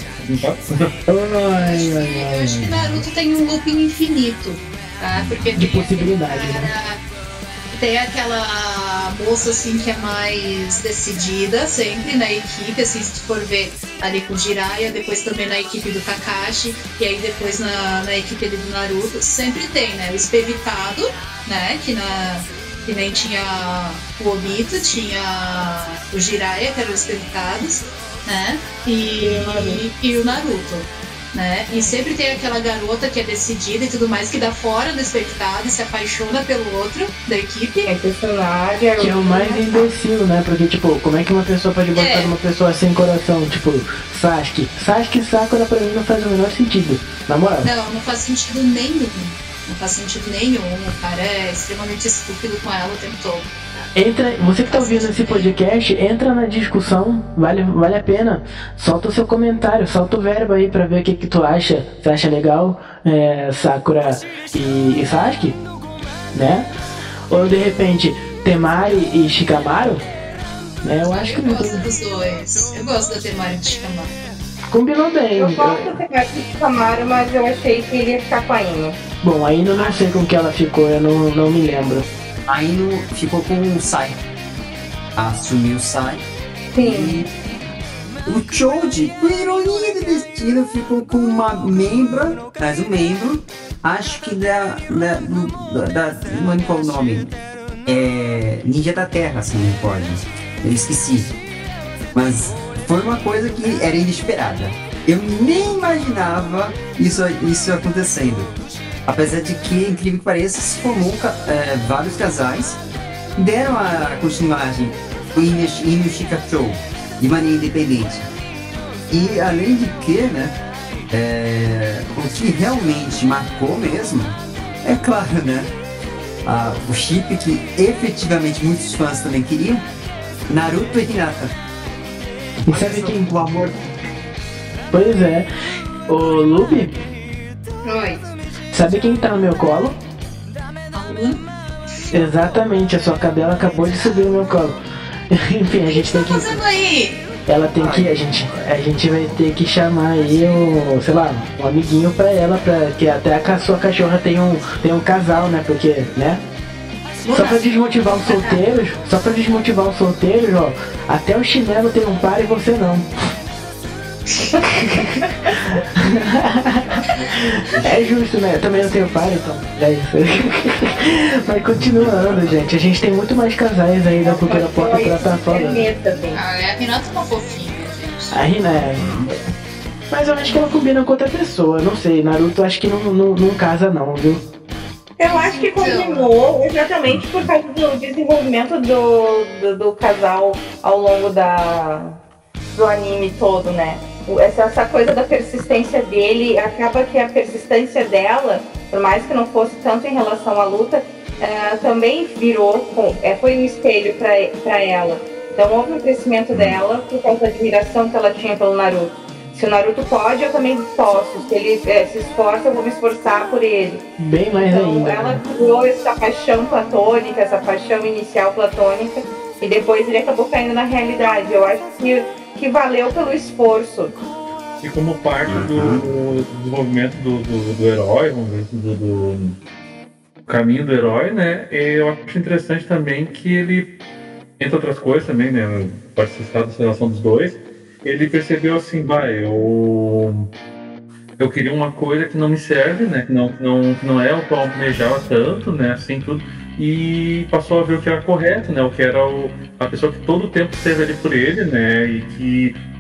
Ai, ai, Eu acho que Naruto tem um looping infinito, tá? Porque de tem possibilidade, aquele né? cara- Tem aquela moça assim que é mais decidida sempre na equipe, assim, se tu for ver ali com o Jiraiya, depois também na equipe do Kakashi, e aí depois na, na equipe ali do Naruto, sempre tem, né? O espevitado, né? Que, na, que nem tinha o Obito, tinha o Jiraiya, que eram os espevitados, né? E, e, e o Naruto. Né? E sempre tem aquela garota que é decidida e tudo mais, que dá fora do espectado e se apaixona pelo outro da equipe. É personagem. Que é o mais imbecil, né? Porque, tipo, como é que uma pessoa pode gostar É. de uma pessoa sem coração? Tipo, Sasuke. Sasuke e Sakura pra mim não faz o menor sentido. Na moral. Não, não faz sentido nenhum. Não faz sentido nenhum. O cara é extremamente estúpido com ela o tempo todo. Entra, você que tá ouvindo esse podcast, entra na discussão, vale, vale a pena. Solta o seu comentário, solta o verbo aí pra ver o que, que tu acha. Você acha legal é, Sakura e, e Sasuke? Né? Ou de repente Temari e Shikamaru? Né? Eu acho que Eu gosto dos dois. Eu gosto da Temari de Shikamaru. combinou bem. Eu gosto do Temari de Camaro, mas eu achei que ele ia ficar com a Ino. Bom, ainda não sei com que ela ficou, eu não, não me lembro. A Ino ficou com o Sai. Assumiu o Sai. Sim. E o Choji, por ironia do destino, ficou com uma membro, mais um membro, acho que da. da. da, da não lembro qual o nome. É. Ninja da Terra, se não me recordo. Eu esqueci. Mas foi uma coisa que era inesperada. Eu nem imaginava isso, isso acontecendo. Apesar de que, incrível que pareça, se formou é, vários casais, deram a continuagem do Inu Shikachou de maneira independente. E além de que, né, é, o que realmente marcou mesmo, é claro, né, a, o chip que efetivamente muitos fãs também queriam, Naruto e Hinata. E sabe quem? O amor. Pois é. Ô Lubi, Oi. sabe quem tá no meu colo? Algum? Exatamente, a sua cadela acabou de subir no meu colo. Enfim, a gente tem O que tá que. fazendo aí? Ela tem que. A gente, a gente vai ter que chamar aí um, sei lá, um amiguinho pra ela, pra que até a ca- sua cachorra tem um, tem um casal, né? Porque, né? Só pra desmotivar os solteiros, só pra desmotivar os solteiros, ó, até o chinelo tem um par e você não. É justo, né? Eu também não tenho par, então. É isso. Mas continuando, gente, a gente tem muito mais casais aí da cultura pop pra tá fora. É também. Ah, é a Renata é uma fofinha, gente. A Rina é. Mas eu acho que ela combina com outra pessoa, não sei. Naruto acho que não, não, não casa não, viu? Eu acho que combinou exatamente por causa do desenvolvimento do, do, do casal ao longo da, do anime todo, né? O- Essa, essa coisa da persistência dele, acaba que a persistência dela, por mais que não fosse tanto em relação à luta, eh, também virou, com- eh, foi um espelho para ela. Então houve um crescimento dela por causa da admiração que ela tinha pelo Naruto. Se o Naruto pode, eu também posso. Se ele eh, se esforça, eu vou me esforçar por ele. Bem mais Então, ainda. ela né? criou essa paixão platônica, essa paixão inicial platônica, e depois ele acabou caindo na realidade. Eu acho que, que valeu pelo esforço. E como parte do desenvolvimento do, do, do herói, vamos dizer assim, do, do caminho do herói, né? Eu acho interessante também que ele, entre outras coisas também, né? Pode ser citado essa relação dos dois, ele percebeu assim, vai, eu, eu queria uma coisa que não me serve, né? Que não, que não, que não é o que eu almejava tanto, né? Assim, tudo. E passou a ver o que era correto, né? O que era o, a pessoa que todo o tempo esteve ali por ele, né? E que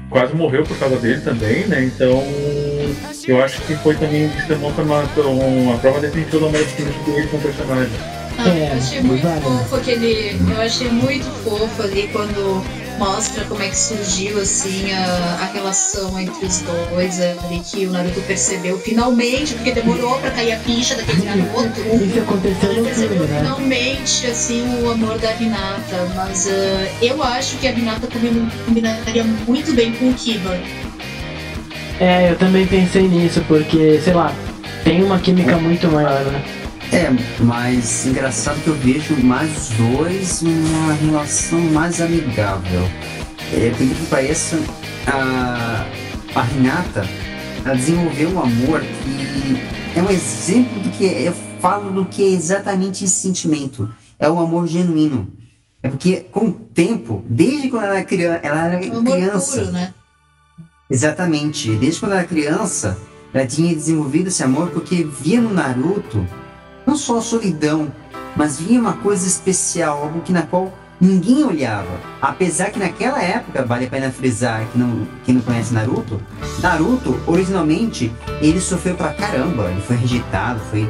quase morreu por causa dele também, né? Então eu acho que foi também que demonstra uma, uma prova definitiva do amor dele com o personagem. Ah, É, eu achei muito vale. fofo aquele. Eu achei muito fofo ali quando mostra como é que surgiu assim a, a relação entre os dois ali, que o Naruto percebeu finalmente, porque demorou pra cair a ficha daquele garoto. Isso aconteceu Ele no percebeu filme, né? finalmente assim o amor da Hinata, mas ah, eu acho que a Hinata combina- combinaria muito bem com o Kiba. É, eu também pensei nisso, porque, sei lá, tem uma química muito maior, né? É, mas engraçado que eu vejo mais os dois uma relação mais amigável. É, por que pareça, a, a Hinata, ela desenvolveu um amor que é um exemplo do que eu falo do que é exatamente esse sentimento. É o amor genuíno. É porque com o tempo, desde quando ela era criança, ela era O amor criança. puro, né? Exatamente. Desde quando ela era criança, ela tinha desenvolvido esse amor porque via no Naruto não só a solidão, mas via uma coisa especial, algo que na qual ninguém olhava. Apesar que naquela época, vale a pena frisar, que não, quem não conhece Naruto, Naruto, originalmente, ele sofreu pra caramba, ele foi rejeitado, foi,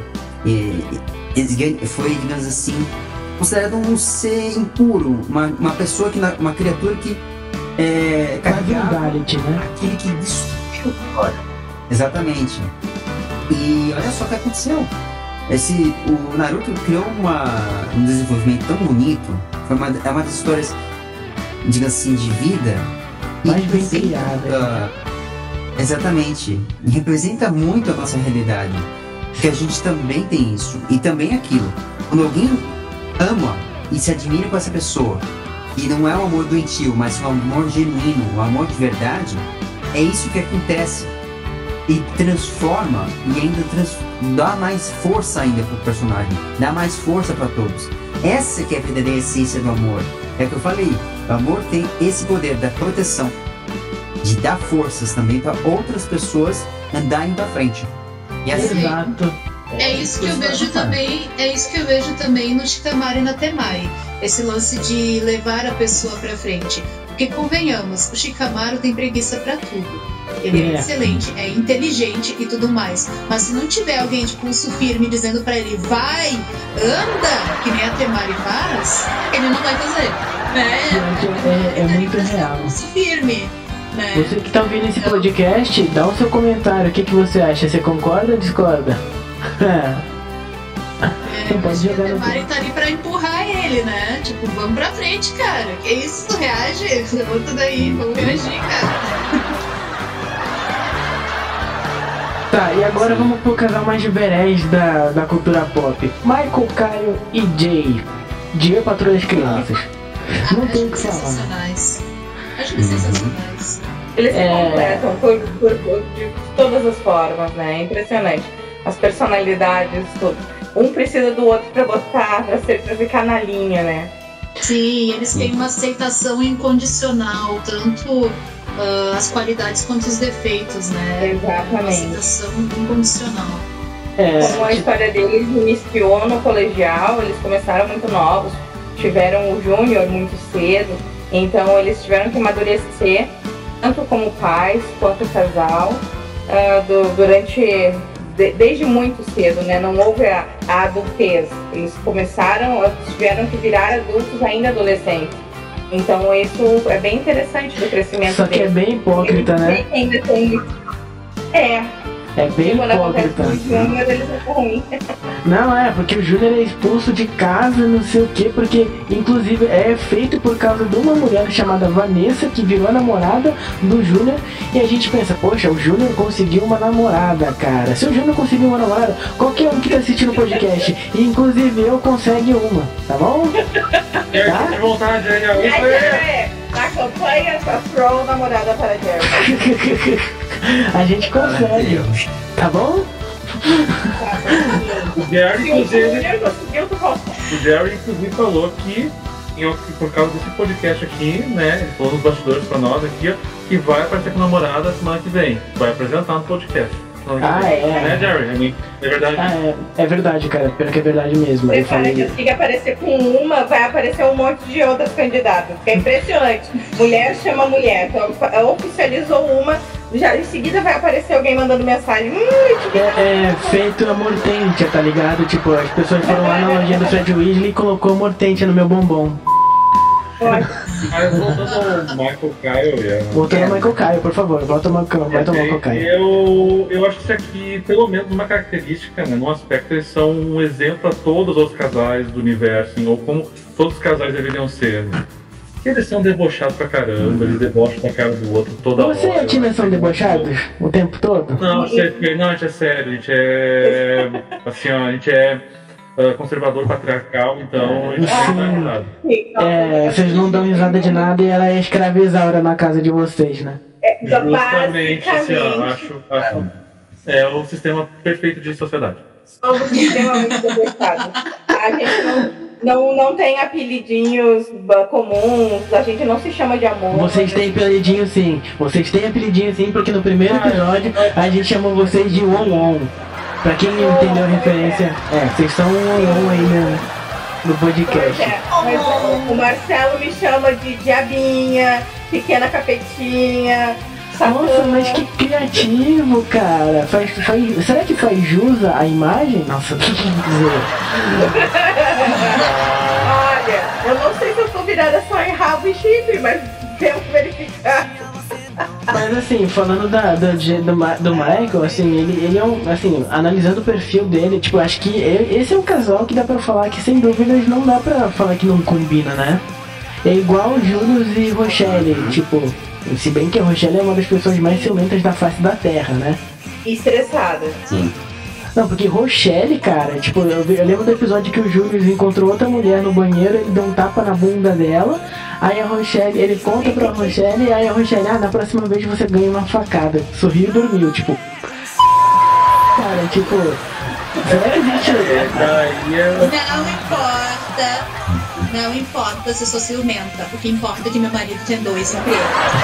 ele, foi digamos assim, considerado um ser impuro, uma, uma pessoa, que, uma criatura que é, Uma carregava vulgarity, né? aquele que destruiu a história. Exatamente. E olha só o que aconteceu. Esse, o Naruto criou uma, um desenvolvimento tão bonito, foi uma, é uma das histórias, digamos assim, de vida. e Mais bem representa- criada. Exatamente. E representa muito a nossa realidade. Porque a gente também tem isso. E também aquilo. Quando alguém ama e se admira com essa pessoa, e não é um amor doentio, mas um amor genuíno, um amor de verdade, é isso que acontece. E transforma e ainda trans, dá mais força ainda pro personagem, dá mais força para todos. Essa que é a verdadeira essência do amor. É o que eu falei, o amor tem esse poder da proteção, de dar forças também para outras pessoas andarem para frente. E essa Exato. É isso que eu vejo também, é isso que eu vejo também no Shikamaru e na Temai. Esse lance de levar a pessoa pra frente. Porque convenhamos, o Shikamaru tem preguiça pra tudo. Ele é, É. excelente, é inteligente e tudo mais. Mas se não tiver alguém de pulso firme dizendo pra ele, vai, anda, que nem a Temari faz, ele não vai fazer. Né? É, é, é muito real. Pulso firme. Né? Você que tá ouvindo esse podcast, dá o seu comentário. O que, que você acha? Você concorda ou discorda? É, Não pode acho que jogar a no- Temari tá ali pra empurrar ele, né? Tipo, vamos pra frente, cara. Que isso? Tu reage? Levanta daí, vamos reagir, cara. Tá, e agora vamos pro casal mais berés da, da cultura pop. Michael, Caio e Jay. De Eu, Patroa das Crianças. Não Acho tem o que que falar. sensacionais. Acho que sensacionais. Eles se É. completam por, por- por- de todas as formas, né? É impressionante. As personalidades, tudo. Um precisa do outro pra botar, pra, ser, pra ficar na linha, né? Sim, eles têm uma aceitação incondicional, tanto ah, as qualidades quanto os defeitos, né? Uma Exatamente. aceitação incondicional. É, Como a tipo, história deles iniciou no colegial, eles começaram muito novos, tiveram o Júnior muito cedo, então eles tiveram que amadurecer, tanto como pais quanto casal, ah, do- durante de- desde muito cedo, né? Não houve a, a adultez. Eles começaram, tiveram que virar adultos ainda adolescentes. Então isso é bem interessante do crescimento só que é deles. bem hipócrita, né? Eles ainda tem. É, É bem e quando acontece hipócrita. com o Júnior, eles ficam ruins. Não, é, porque o Júnior é expulso de casa, não sei o que, porque inclusive é feito por causa de uma mulher chamada Vanessa, que virou a namorada do Júnior, e a gente pensa, poxa, o Júnior conseguiu uma namorada, cara. Se o Júnior conseguiu uma namorada, qualquer um que tá assistindo o podcast, e inclusive eu, consegue uma, tá bom? Tá? De vontade aí, Aí, ó. é, na campanha, a Troll namorada para Jerry. A gente consegue, tá bom? O Jerry, Se o inclusive, Júnior conseguiu, tu consegue. o Jerry, inclusive, falou que, em- que por causa desse podcast aqui, né? Ele falou nos bastidores pra nós aqui, ó, que vai aparecer com a namorada semana que vem. Vai apresentar no podcast. falando Ah, também. é. Né, Jerry? É, mim- é verdade. Ah, é, é verdade, cara. Pior que é verdade mesmo. Eu Prepara que falei. assim que aparecer com uma, vai aparecer um monte de outras candidatas. Que é impressionante. Mulher chama mulher. Então, oficializou uma, já em seguida vai aparecer alguém mandando mensagem. Hum, É, é feito amor tente, tá ligado? Tipo, as pessoas foram lá na lojinha do Fred Weasley e colocou amor tente no meu bombom. Mas voltando ao Michael Kyle e a... Voltando ao Michael Caio, por favor. Volta ao Michael, vai tomar o Michael Caio. Eu, eu acho que isso aqui, pelo menos uma característica, né, num aspecto, eles são um exemplo a todos os casais do universo, assim, ou como todos os casais deveriam ser. Né? Eles são debochados pra caramba, eles debocham com a cara do outro toda hora. Você e a Tina são debochados o tempo todo? Não, a gente- não, a gente é sério, a gente é. Assim, ó, a gente é uh, conservador patriarcal, então a gente não dá risada. É, vocês não dão risada de nada e ela é escravizaura na casa de vocês, né? Justamente, assim, ó, acho, acho. É o sistema perfeito de sociedade. Somos extremamente debochados. A gente não, não, não tem apelidinhos ba- comuns, a gente não se chama de amor. Vocês têm apelidinho sim, vocês têm apelidinho sim, porque no primeiro episódio a gente chamou vocês de Won Won. Pra quem não entendeu a referência, é, vocês são um Won Won aí no, no podcast. É, mas o, o Marcelo me chama de diabinha, pequena capetinha, Nossa, satã. mas que criativo, cara. Faz, faz, será que faz jus à imagem? Nossa, o que que eu vou dizer? Olha, eu não sei se eu tô virada só em rabo e chifre, mas temos que verificar. Mas assim, falando da, do, de- do, Ma- do Michael, assim, ele, ele é um, assim, analisando o perfil dele, tipo, acho que e- esse é um casal que dá pra falar que sem dúvidas não dá pra falar que não combina, né? É igual Julius e Rochelle, tipo, se bem que a Rochelle é uma das pessoas mais ciumentas da face da Terra, né? Estressada. Sim. Não, porque Rochelle, cara, tipo, eu, vi- eu lembro do episódio que o Julius encontrou outra mulher no banheiro, ele deu um tapa na bunda dela, aí a Rochelle, ele conta pra Rochelle, aí a Rochelle, ah, na próxima vez você ganha uma facada. Sorriu e dormiu, tipo. Cara, tipo. Será que a gente. Daí é. Não importa. Não importa se eu sou ciumenta. O que importa é que meu marido tem dois empregos.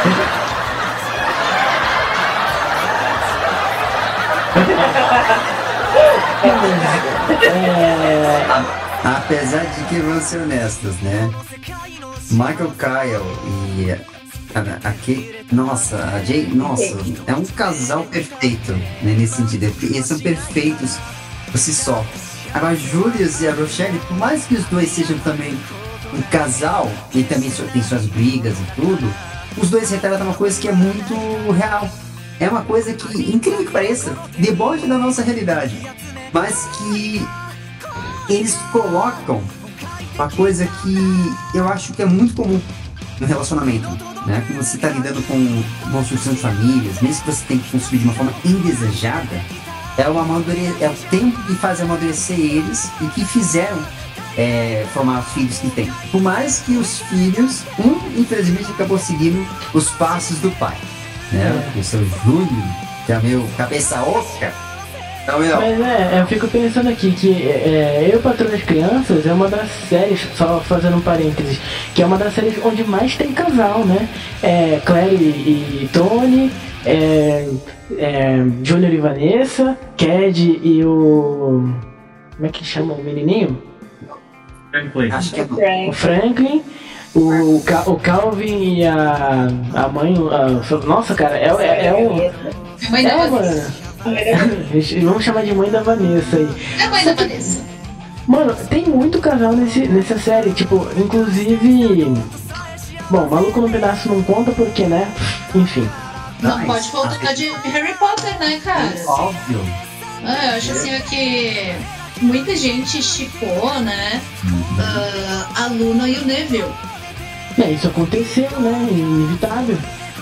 É. A- apesar de que vamos ser honestos, né? Michael Kyle e a, aqui, nossa, a Jay, nossa, é um casal perfeito, né, nesse sentido. Eles são perfeitos por si só. Agora, Julius e a Rochelle, por mais que os dois sejam também um casal, e também so- tem suas brigas e tudo, os dois retratam uma coisa que é muito real. É uma coisa que, incrível que pareça, deboche da nossa realidade, mas que eles colocam uma coisa que eu acho que é muito comum no relacionamento, né? Quando você está lidando com construção de famílias, mesmo que você tenha que construir de uma forma indesejada, é o, amadure... é o tempo que faz amadurecer eles e que fizeram é, formar os filhos que têm. Por mais que os filhos, um infelizmente acabou seguindo os passos do pai, né? O seu Júlio, que é meu cabeça oca, então, meu, Mas é, eu fico pensando aqui que é, Eu Patrulho as Crianças é uma das séries, só fazendo um parênteses, que é uma das séries onde mais tem casal, né? É, Claire e, e Tony, é, é, Junior e Vanessa, Cad e o... Como é que chama o menininho? Franklin. acho que é O Franklin, o, Ca- o Calvin e a, a mãe... a- nossa, cara, é, é, é um... Mãe da É, Vanessa. mano. Vamos chamar de mãe da Vanessa aí. É a mãe da Vanessa. Mano, tem muito casal nesse, nessa série, tipo, inclusive. Bom, Maluco no Pedaço não conta porque, né? Enfim. Não Nice. pode faltar de Harry Potter, né, cara? óbvio. Ah, eu acho assim que muita gente chipou, né? ah, a Luna e o Neville. É, isso aconteceu, né? Inevitável.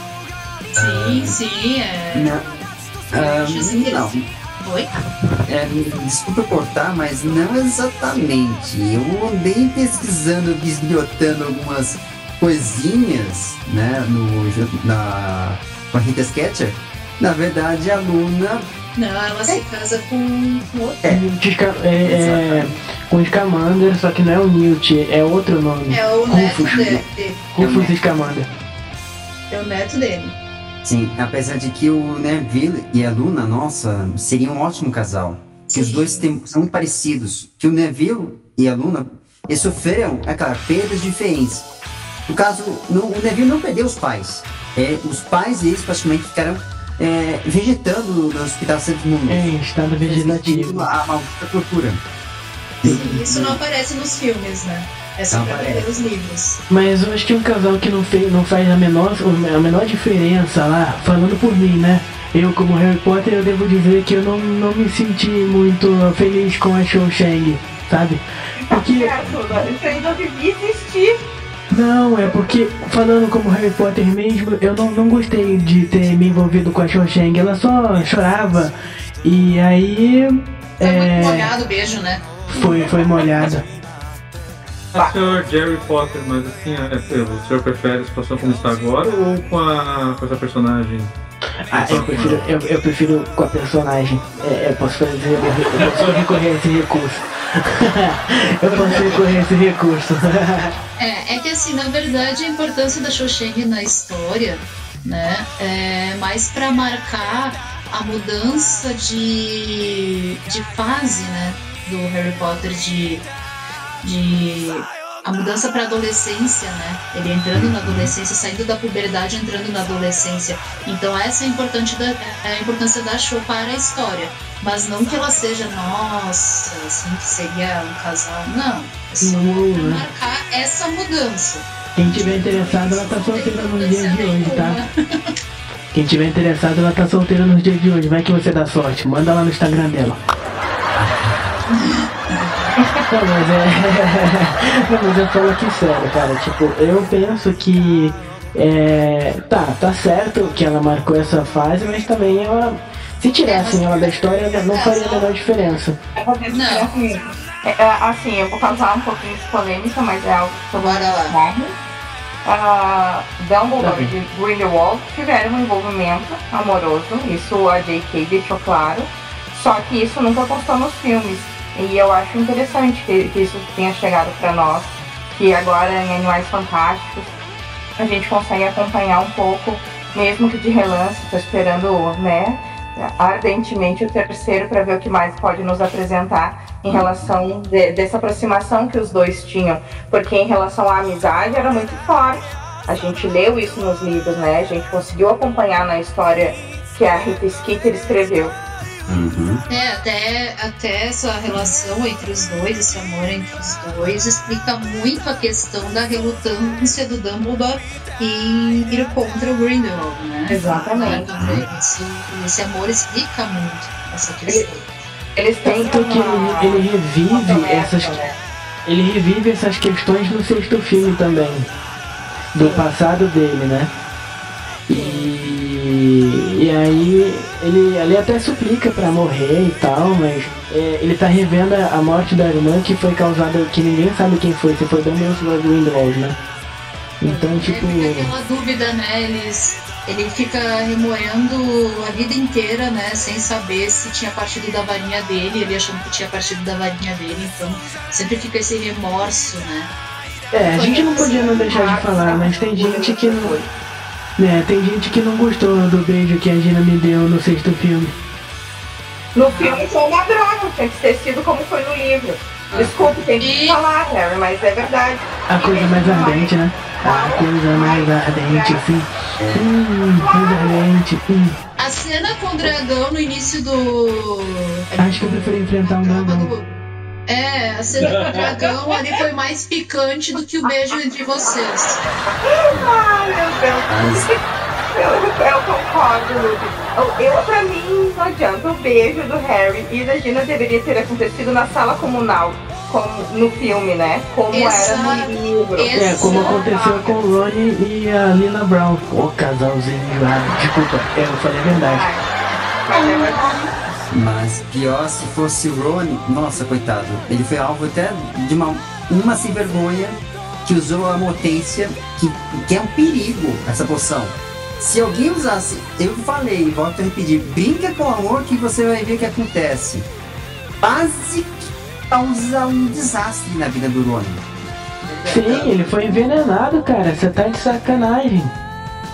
Sim, sim, é. Não. Ah, Acho assim não. Oi? É, desculpa cortar, mas não exatamente. Eu andei pesquisando, bisbilhotando algumas coisinhas, né, no, na, com a Rita Sketcher. Na verdade, a Luna Não, ela se casa com com outro. É. Newt Sca- é, é, com Scamander, só que não é o Newt, é outro nome. É o neto Rufus. dele. Rufus Scamander. É o neto dele. Sim, apesar de que o Neville e a Luna, nossa, seriam um ótimo casal. Que os dois tem, são muito parecidos. Que o Neville e a Luna, eles sofreram, é claro, perdas diferentes. No caso, no, o Neville não perdeu os pais. É, os pais deles praticamente ficaram é, vegetando no Hospital Santos Mundo. É, em estado vegetativo. A maldita tortura. Sim, isso não aparece nos filmes, né? É só Não pra aparece. ler os livros. Mas eu acho que um casal que não, fez, não faz a menor, a menor diferença lá, falando por mim, né? Eu, como Harry Potter, eu devo dizer que eu não, não me senti muito feliz com a Cho Chang, sabe? Porque... Isso aí não devia existir. Não, é porque, falando como Harry Potter mesmo, eu não, não gostei de ter me envolvido com a Cho Chang. Ela só chorava e aí... Foi é, muito molhado o beijo, né? Foi, foi molhada. O senhor Harry Potter, mas assim, é, é, o senhor prefere a situação como está agora ou com, a, com essa personagem? Ah, eu prefiro, eu, eu prefiro com a personagem. É, eu posso fazer, eu, eu posso recorrer a esse recurso. Eu posso recorrer a esse recurso. É, é que assim, na verdade, a importância da Cho Chang na história, né, é mais pra marcar a mudança de, de fase, né, do Harry Potter, de, de a mudança para adolescência, né? Ele entrando na adolescência, saindo da puberdade, entrando na adolescência. Então essa é a, importante da, é a importância da Cho para a história. Mas não que ela seja, nossa, assim, que seria um casal. Não. É só Não, pra né? marcar essa mudança. Quem tiver interessado, ela tá solteira nos dias de hoje, tá? Quem tiver interessado, ela tá solteira nos dias de hoje. Vai que você dá sorte. Manda lá no Instagram dela. Não, mas é... Não, mas eu falo aqui sério, cara. Tipo, eu penso que... É... Tá, tá certo que ela marcou essa fase, mas também ela... Se tirassem ela da história, não faria a menor diferença. Eu vou dizer Não. assim, é, é, assim, eu vou causar um pouquinho de polêmica, mas é algo que eu vou Bora lá. falar. Ah, Dumbledore Tá e Grindelwald tiveram um envolvimento amoroso, isso a J K deixou claro, só que isso nunca constou nos filmes. E eu acho interessante que, que isso tenha chegado para nós, que agora em Animais Fantásticos a gente consegue acompanhar um pouco, mesmo que de relance. Tô esperando, né, ardentemente o terceiro para ver o que mais pode nos apresentar em relação de, dessa aproximação que os dois tinham, porque em relação à amizade era muito forte. A gente leu isso nos livros, né? A gente conseguiu acompanhar na história que a Rita Skeeter escreveu. Uhum. É, até, até essa relação entre os dois, esse amor entre os dois, explica muito a questão da relutância do Dumbledore em ir contra o Grindelwald, né? Exatamente. Então, esse, esse amor explica muito essa questão. Eles têm Tanto que uma- ele, ele revive uma promessa, essas... né? Ele revive essas questões no sexto filme também. Do passado dele, né? E, e aí ele, ele até suplica pra morrer e tal, mas é, ele tá revendo a a morte da irmã que foi causada, que ninguém sabe quem foi, se foi Dumbledore ou Grindelwald, né? Então, tipo... É, fica aquela dúvida, né? Eles, ele fica remoendo a vida inteira, né? Sem saber se tinha partido da varinha dele, ele achando que tinha partido da varinha dele, então sempre fica esse remorso, né? É, a gente não podia não deixar de falar, mas tem gente que não... Né, tem gente que não gostou do beijo que a Gina me deu no sexto filme. No filme foi uma droga, tinha que ter sido como foi no livro. Desculpe, tem que E- falar, Harry, mas é verdade. A coisa mais ardente, né? A coisa mais ardente, sim. Hum, mais ardente, hum. A cena com o dragão no início do. Acho que eu prefiro enfrentar um dragão. É, a cena com o dragão ali foi mais picante do que o beijo entre vocês. Ai, meu Deus. Mas, Eu, eu concordo, Luke. Eu, eu, pra mim, não adianta. O beijo do Harry e da Gina deveria ter acontecido na sala comunal, como no filme, né? Como era no Exato. livro. É, como aconteceu com o Ronnie e a Lina Brown. Ô, casalzinho enjoado. Desculpa, eu falei a verdade. Ai, mas é verdade. mas pior se fosse o Ron, nossa, coitado. Ele foi alvo até de uma, uma sem vergonha que usou a motência, que, que é um perigo, essa poção. Se alguém usasse, eu falei, volto a repetir, brinca com o amor que você vai ver o que acontece. Quase que causa um desastre na vida do Ron. Sim, ele foi envenenado, cara. Você tá de sacanagem.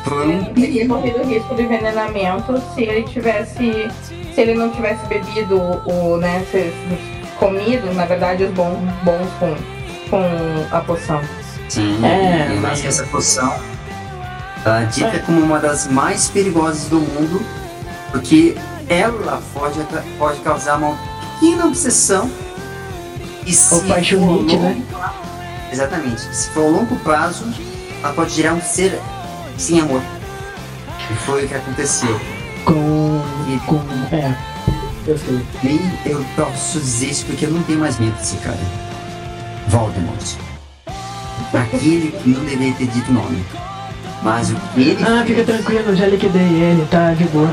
Foi um Ele não teria corrido risco de envenenamento se ele tivesse. Se ele não tivesse bebido o, né, se- comido, na verdade, os bons, bons com, com a poção. Sim, É, e mais que essa poção, ela é dita como uma das mais perigosas do mundo, porque ela pode, pode causar uma pequena obsessão e se Ou paixonite, for né? longo prazo- Exatamente. Se for a longo prazo, ela pode gerar um ser sem amor. E foi o que aconteceu. Com. com. É. Eu sei. Nem eu posso dizer isso porque eu não tenho mais medo desse cara. Voldemort. Aquele que não deveria ter dito o nome. Mas o que ele Ah, fica fez, tranquilo, já liquidei ele, tá de boa.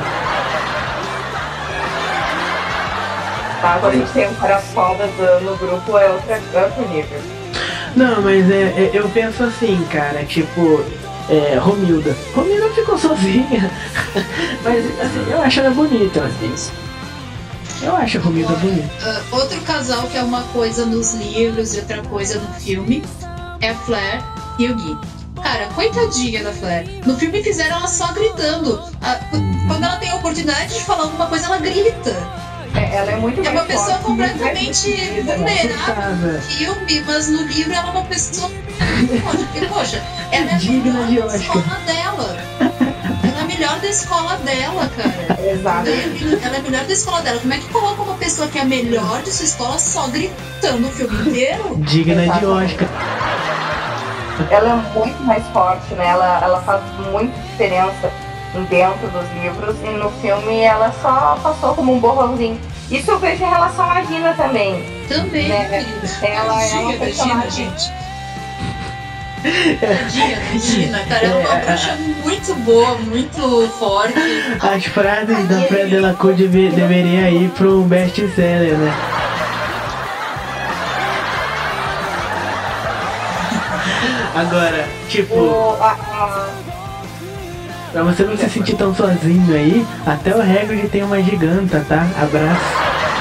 Tá? Quando a gente tem um cara foda do- no grupo, é outra, é outro nível. Não, mas é, é- eu penso assim, cara, tipo, é, Romilda. Romilda ficou sozinha, mas assim, eu acho ela bonita. Eu acho a Romilda bonita. Ah, outro casal que é uma coisa nos livros e outra coisa no filme é a Flair e o Guy. Cara, coitadinha da Flair. No filme fizeram ela só gritando. Ah, quando ela tem a oportunidade de falar alguma coisa, ela grita. É, ela é muito É mais uma pessoa forte, muito mais completamente decidida, né? vulnerável Coitada. no filme, mas no livro ela é uma pessoa. Porque, poxa, ela é a Digna melhor de da Oscar. escola dela. Ela é a melhor da escola dela, cara. Exato. Ela é a melhor da escola dela. Como é que coloca uma pessoa que é a melhor de sua escola só gritando o filme inteiro? Digna de Exatamente. Oscar. Ela é muito mais forte, né? Ela, ela faz muita diferença dentro dos livros e no filme ela só passou como um borrãozinho. Isso eu vejo em relação à Gina também. Também, Né? querida. Ela é Tadinha uma da Gina, personagem. gente. Tadinha da Gina, cara. Ela é uma É, bruxa muito boa, muito forte. As frases da Fred Delacour deve, deveria ir pro best-seller, né? Agora, tipo, O, a, a, pra você não se sentir tão sozinho aí, até o Hagrid tem uma giganta, tá? Abraço.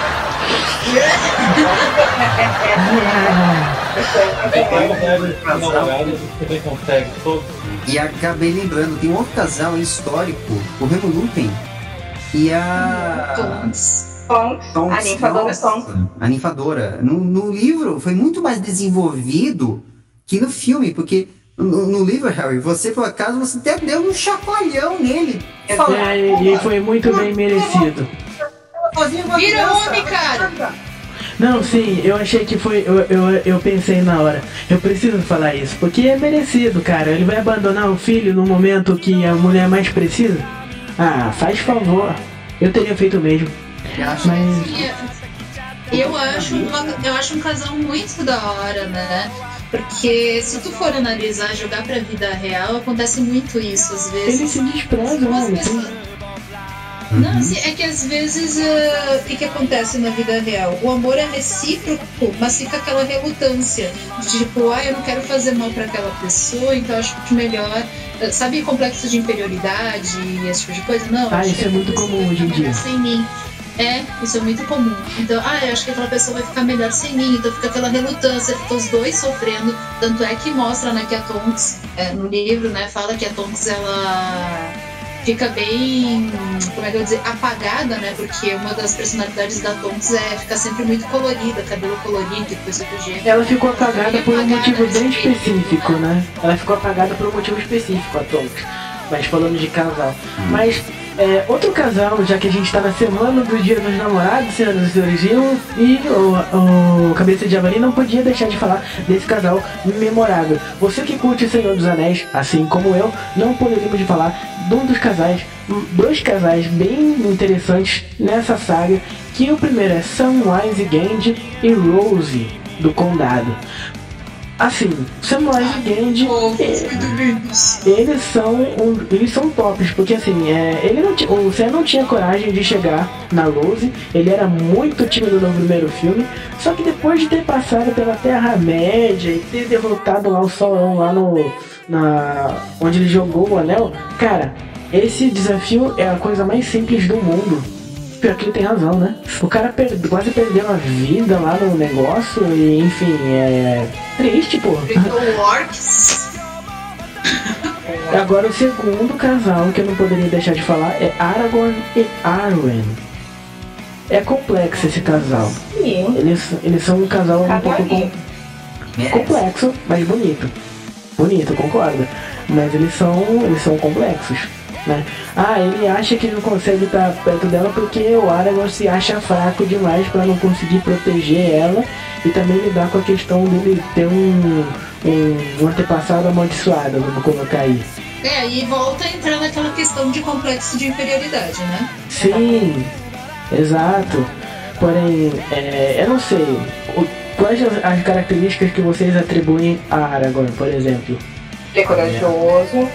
Você também consegue todo. E acabei lembrando, tem um outro casal histórico, o Remo Lupin e a Tonks. Tonks, Tonks. a ninfadora Nossa, Tonks. a ninfadora. No, no livro foi muito mais desenvolvido que no filme, porque no, no livro, Harry, você por acaso você até deu um chacoalhão nele. Falando, É, e foi muito bem merecido. "Sozinho uma Vira criança." homem, cara. Não, sim, eu achei que foi. Eu, eu, eu pensei na hora. Eu preciso falar isso, porque é merecido, cara. Ele vai abandonar o filho no momento que a mulher mais precisa? Ah, faz favor. Eu teria feito o mesmo. Eu acho Mas. E eu acho, uma- eu acho um casal muito da hora, né? Porque se tu for analisar, jogar pra vida real, acontece muito isso às vezes. Ele se despreza, Duas né? pessoas- Não, assim, é que às vezes eh, o que, que acontece na vida real? O amor é recíproco, mas fica aquela relutância. De, tipo, ah, eu não quero fazer mal pra aquela pessoa, então acho melhor. eh, Sabe complexo de inferioridade e esse tipo de coisa? Não, Ah, acho isso que é muito aquela comum pessoa hoje em vai dia. ficar sem mim. É, isso é muito comum. Então, ah, eu acho que aquela pessoa vai ficar melhor sem mim, então fica aquela relutância, fica os dois sofrendo. Tanto é que mostra, né, que a Tonks, é, no livro, né, fala que a Tonks, ela fica bem, como é que eu vou dizer, apagada, né, porque uma das personalidades da Tonks é ficar sempre muito colorida, cabelo colorido e coisa do gênero. Ela ficou apagada por um Apagada, motivo bem assim. específico, né? Ela ficou apagada por um motivo específico, a Tonks. Mas falando de casal. Mas é, outro casal, já que a gente tá na semana do Dia dos Namorados, senhoras e senhores, e o, e o, o Cabeça de Javali não podia deixar de falar desse casal memorável. Você que curte Senhor dos Anéis, assim como eu, não poderíamos de falar de um dos casais, dois casais bem interessantes nessa saga, que o primeiro é Samwise Gamgee e Rose, do Condado. Assim, Samwise Gamgee, Fofos, é, muito lindos. eles são um, eles são tops, porque assim, é, ele não ti- o Sam não tinha coragem de chegar na Rose, ele era muito tímido no primeiro filme, só que depois de ter passado pela Terra-média e ter derrotado lá o Sauron lá no na onde ele jogou o anel, cara, esse desafio é a coisa mais simples do mundo. Pior que ele tem razão, né? O cara per- quase perdeu a vida lá no negócio e, enfim, é triste, pô. Então, orcs. Agora o segundo casal que eu não poderia deixar de falar é Aragorn e Arwen. É complexo esse casal. Sim. Eles, eles são um casal um pouco com, Merece. complexo, mas bonito. Bonito, concordo. Mas eles são, eles são complexos, né? Ah, ele acha que não consegue estar perto dela porque o Aragorn se acha fraco demais para não conseguir proteger ela e também lidar com a questão dele ter um, um, um antepassado amaldiçoado, vamos colocar aí. É, e volta a entrar naquela questão de complexo de inferioridade, né? Sim, exato. Porém, é, eu não sei, o, quais as, as características que vocês atribuem a Aragorn, por exemplo? Ele é corajoso.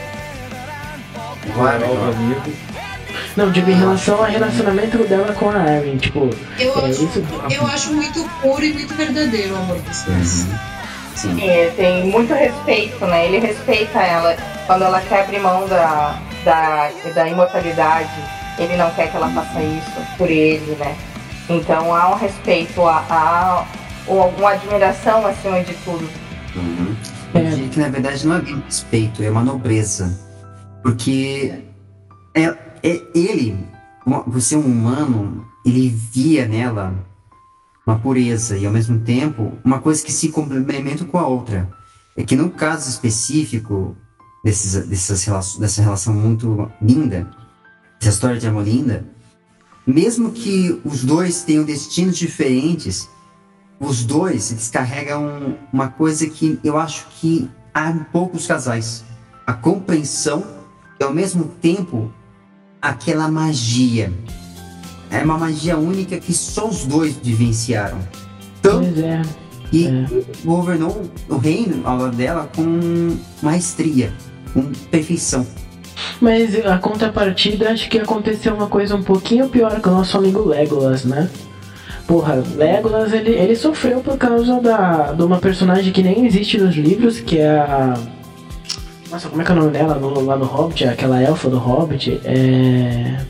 Aragorn. amigo. Não, digo em relação ao relacionamento dela com a Arwen, tipo, Eu, é acho, isso. eu acho muito puro e muito verdadeiro o amor dos dois. Uhum. Sim. É, tem muito respeito, né? Ele respeita ela. Quando ela quer abrir mão da, da, da imortalidade, ele não quer que ela faça isso por ele, né? Então há um respeito, há, há uma admiração acima de tudo. Uhum. Eu É. diria que na verdade não é bem respeito, é uma nobreza. Porque é, é ele, uma- você um humano, ele via nela uma pureza e ao mesmo tempo uma coisa que se complementa com a outra. É que no caso específico desses, dessas relações, dessa relação muito linda, essa história de amor linda, mesmo que os dois tenham destinos diferentes, os dois eles carregam uma coisa que eu acho que há em poucos casais: a compreensão e ao mesmo tempo aquela magia. É uma magia única que só os dois vivenciaram. Tanto Pois é. que É. governou o reino ao lado dela com maestria, com perfeição. Mas a contrapartida, acho que aconteceu uma coisa um pouquinho pior com o nosso amigo Legolas, né? Porra, Legolas, ele, ele sofreu por causa da, de uma personagem que nem existe nos livros, que é a... Nossa, como é que é o nome dela no, lá no Hobbit? Aquela elfa do Hobbit, é...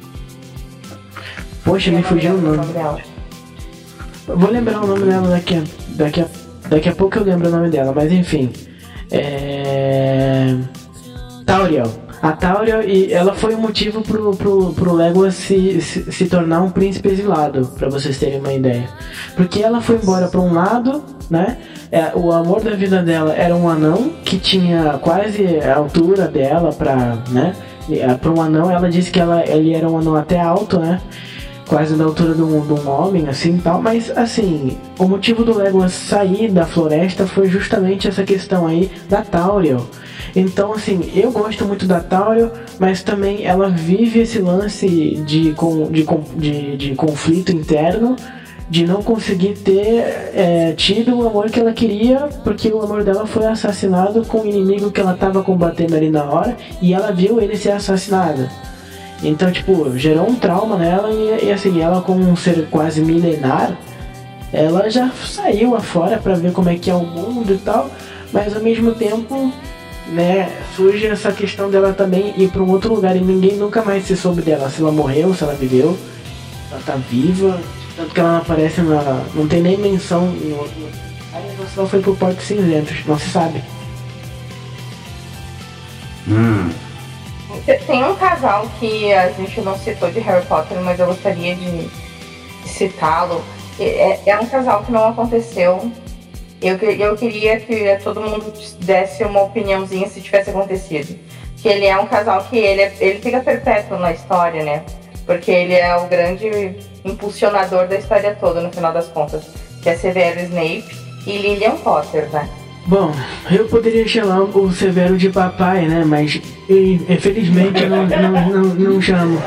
Poxa, me fugiu o nome. dela. Vou lembrar o nome dela daqui a, daqui a, daqui a pouco eu lembro o nome dela, mas enfim. É... Tauriel. A Tauriel, e ela foi o motivo pro, pro, pro Legolas se, se, se tornar um príncipe exilado, pra vocês terem uma ideia. Porque ela foi embora pra um lado, né? É, o amor da vida dela era um anão que tinha quase a altura dela pra, né? E, ah, pra um anão, ela disse que ela, ele era um anão até alto, né? Quase da altura de um, de um homem, assim, tal. Mas, assim, o motivo do Legolas sair da floresta foi justamente essa questão aí da Tauriel. Então, assim, eu gosto muito da Tauriel, mas também ela vive esse lance de, com, de, de, de conflito interno, de não conseguir ter é, tido o amor que ela queria, porque o amor dela foi assassinado com o inimigo que ela estava combatendo ali na hora, e ela viu ele ser assassinado. Então, tipo, gerou um trauma nela e, e assim, ela como um ser quase milenar, ela já saiu afora pra ver como é que é o mundo e tal, mas ao mesmo tempo, né, surge essa questão dela também ir pra um outro lugar e ninguém nunca mais se soube dela, se ela morreu, se ela viveu, ela tá viva, tanto que ela não aparece na... não tem nem menção no... A menção foi pro Portos Cinzentos, não se sabe. Hum. Tem um casal que a gente não citou de Harry Potter, mas eu gostaria de citá-lo. É, é um casal que não aconteceu. Eu, eu queria que todo mundo desse uma opiniãozinha se tivesse acontecido. Que ele é um casal que ele, é, ele fica perpétuo na história, né? Porque ele é o grande impulsionador da história toda, no final das contas. Que é Severo Snape e Lilian Potter, né? Bom, eu poderia chamar o Severo de papai, né? Mas infelizmente eu não, não, não, não chamo.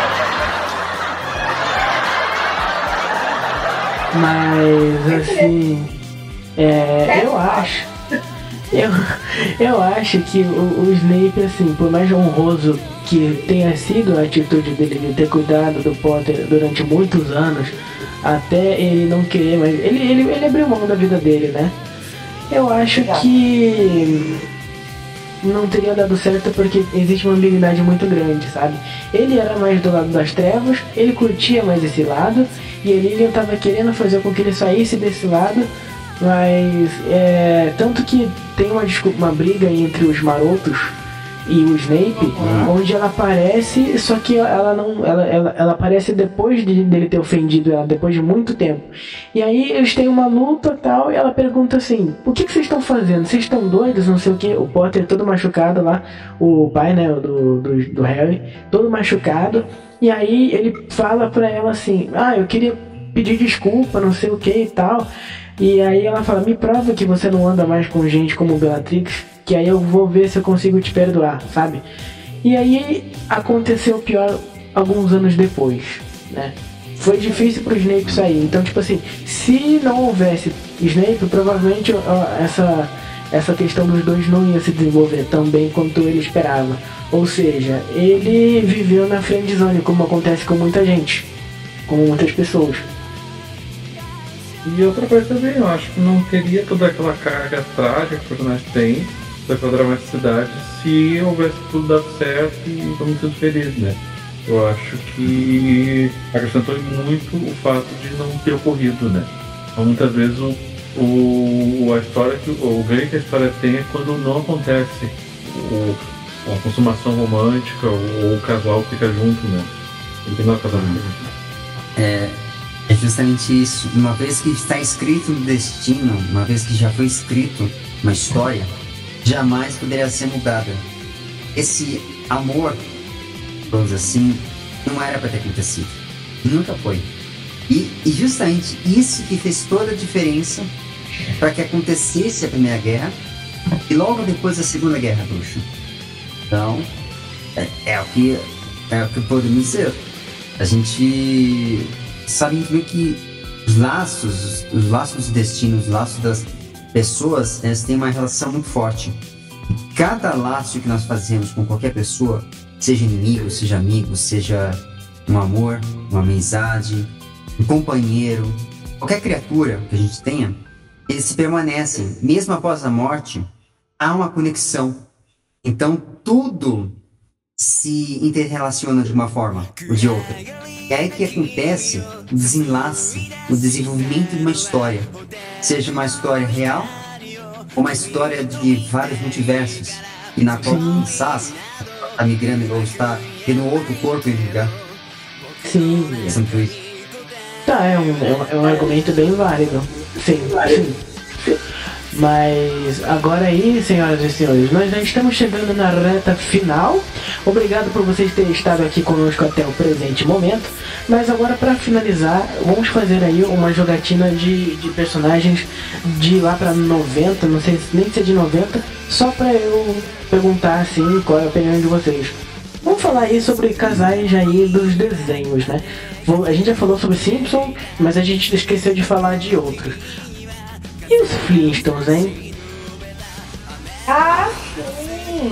Mas assim, é, eu acho, eu, eu acho que o, o Snape, assim, por mais honroso que tenha sido a atitude dele de ter cuidado do Potter durante muitos anos, até ele não querer, mas ele, ele, ele abriu mão da vida dele, né? Eu acho que não teria dado certo porque existe uma ambiguidade muito grande, sabe? Ele era mais do lado das trevas, ele curtia mais esse lado, e a Lilian tava querendo fazer com que ele saísse desse lado, mas é, tanto que tem uma, uma briga entre os marotos e o Snape, Uhum. onde ela aparece, só que ela não. Ela, ela, ela aparece depois de, dele ter ofendido ela, depois de muito tempo. E aí eles têm uma luta e tal, e ela pergunta assim, o que, que vocês estão fazendo? Vocês estão doidos? Não sei o que. O Potter todo machucado lá, o pai, né, do, do, do Harry, todo machucado. E aí ele fala pra ela assim, ah, eu queria pedir desculpa, não sei o que e tal. E aí ela fala, me prova que você não anda mais com gente como Bellatrix, que aí eu vou ver se eu consigo te perdoar, sabe? E aí aconteceu o pior alguns anos depois, né? Foi difícil pro Snape sair. Então, tipo assim, se não houvesse Snape, provavelmente ó, essa, essa questão dos dois não ia se desenvolver tão bem quanto ele esperava. Ou seja, ele viveu na friendzone, como acontece com muita gente, com muitas pessoas. E outra coisa também, eu acho que não teria toda aquela carga trágica que o personagem tem, toda aquela dramaticidade, se houvesse tudo dado certo e todo mundo sido feliz, né? Eu acho que acrescentou muito o fato de não ter ocorrido, né? Então, muitas vezes o, o, a história que, o ganho que a história tem é quando não acontece o, a consumação romântica ou o casal fica junto, né? Ele não é casamento. É, é justamente isso. Uma vez que está escrito no destino, uma vez que já foi escrito uma história, jamais poderia ser mudada. Esse amor, vamos dizer assim, não era para ter acontecido. Nunca foi. E, e justamente isso que fez toda a diferença para que acontecesse a Primeira Guerra e logo depois a Segunda Guerra Bruxa. Então, é, é, o que, é o que podemos dizer. A gente sabe muito bem que os laços, os laços de destino, os laços das pessoas, eles têm uma relação muito forte. E cada laço que nós fazemos com qualquer pessoa, seja inimigo, seja amigo, seja um amor, uma amizade, um companheiro, qualquer criatura que a gente tenha, eles se permanecem. Mesmo após a morte, há uma conexão. Então, tudo se interrelaciona de uma forma ou de outra. E aí que acontece o desenlace, o desenvolvimento de uma história. Seja uma história real ou uma história de vários multiversos. E na qual o Sas está migrando ou está tendo outro corpo em lugar. Sim. Pensando isso. Tá, é um, é um, é um argumento bem válido. Sim, sim, sim. Mas agora aí, senhoras e senhores, nós já estamos chegando na reta final. Obrigado por vocês terem estado aqui conosco até o presente momento. Mas agora, para finalizar, vamos fazer aí uma jogatina de, de personagens de lá para noventa, não sei nem se é de noventa, só para eu perguntar assim qual é a opinião de vocês. Vamos falar aí sobre casais aí dos desenhos, né? A gente já falou sobre Simpson, mas a gente esqueceu de falar de outros. E os Flintstones, hein? Ah, sim!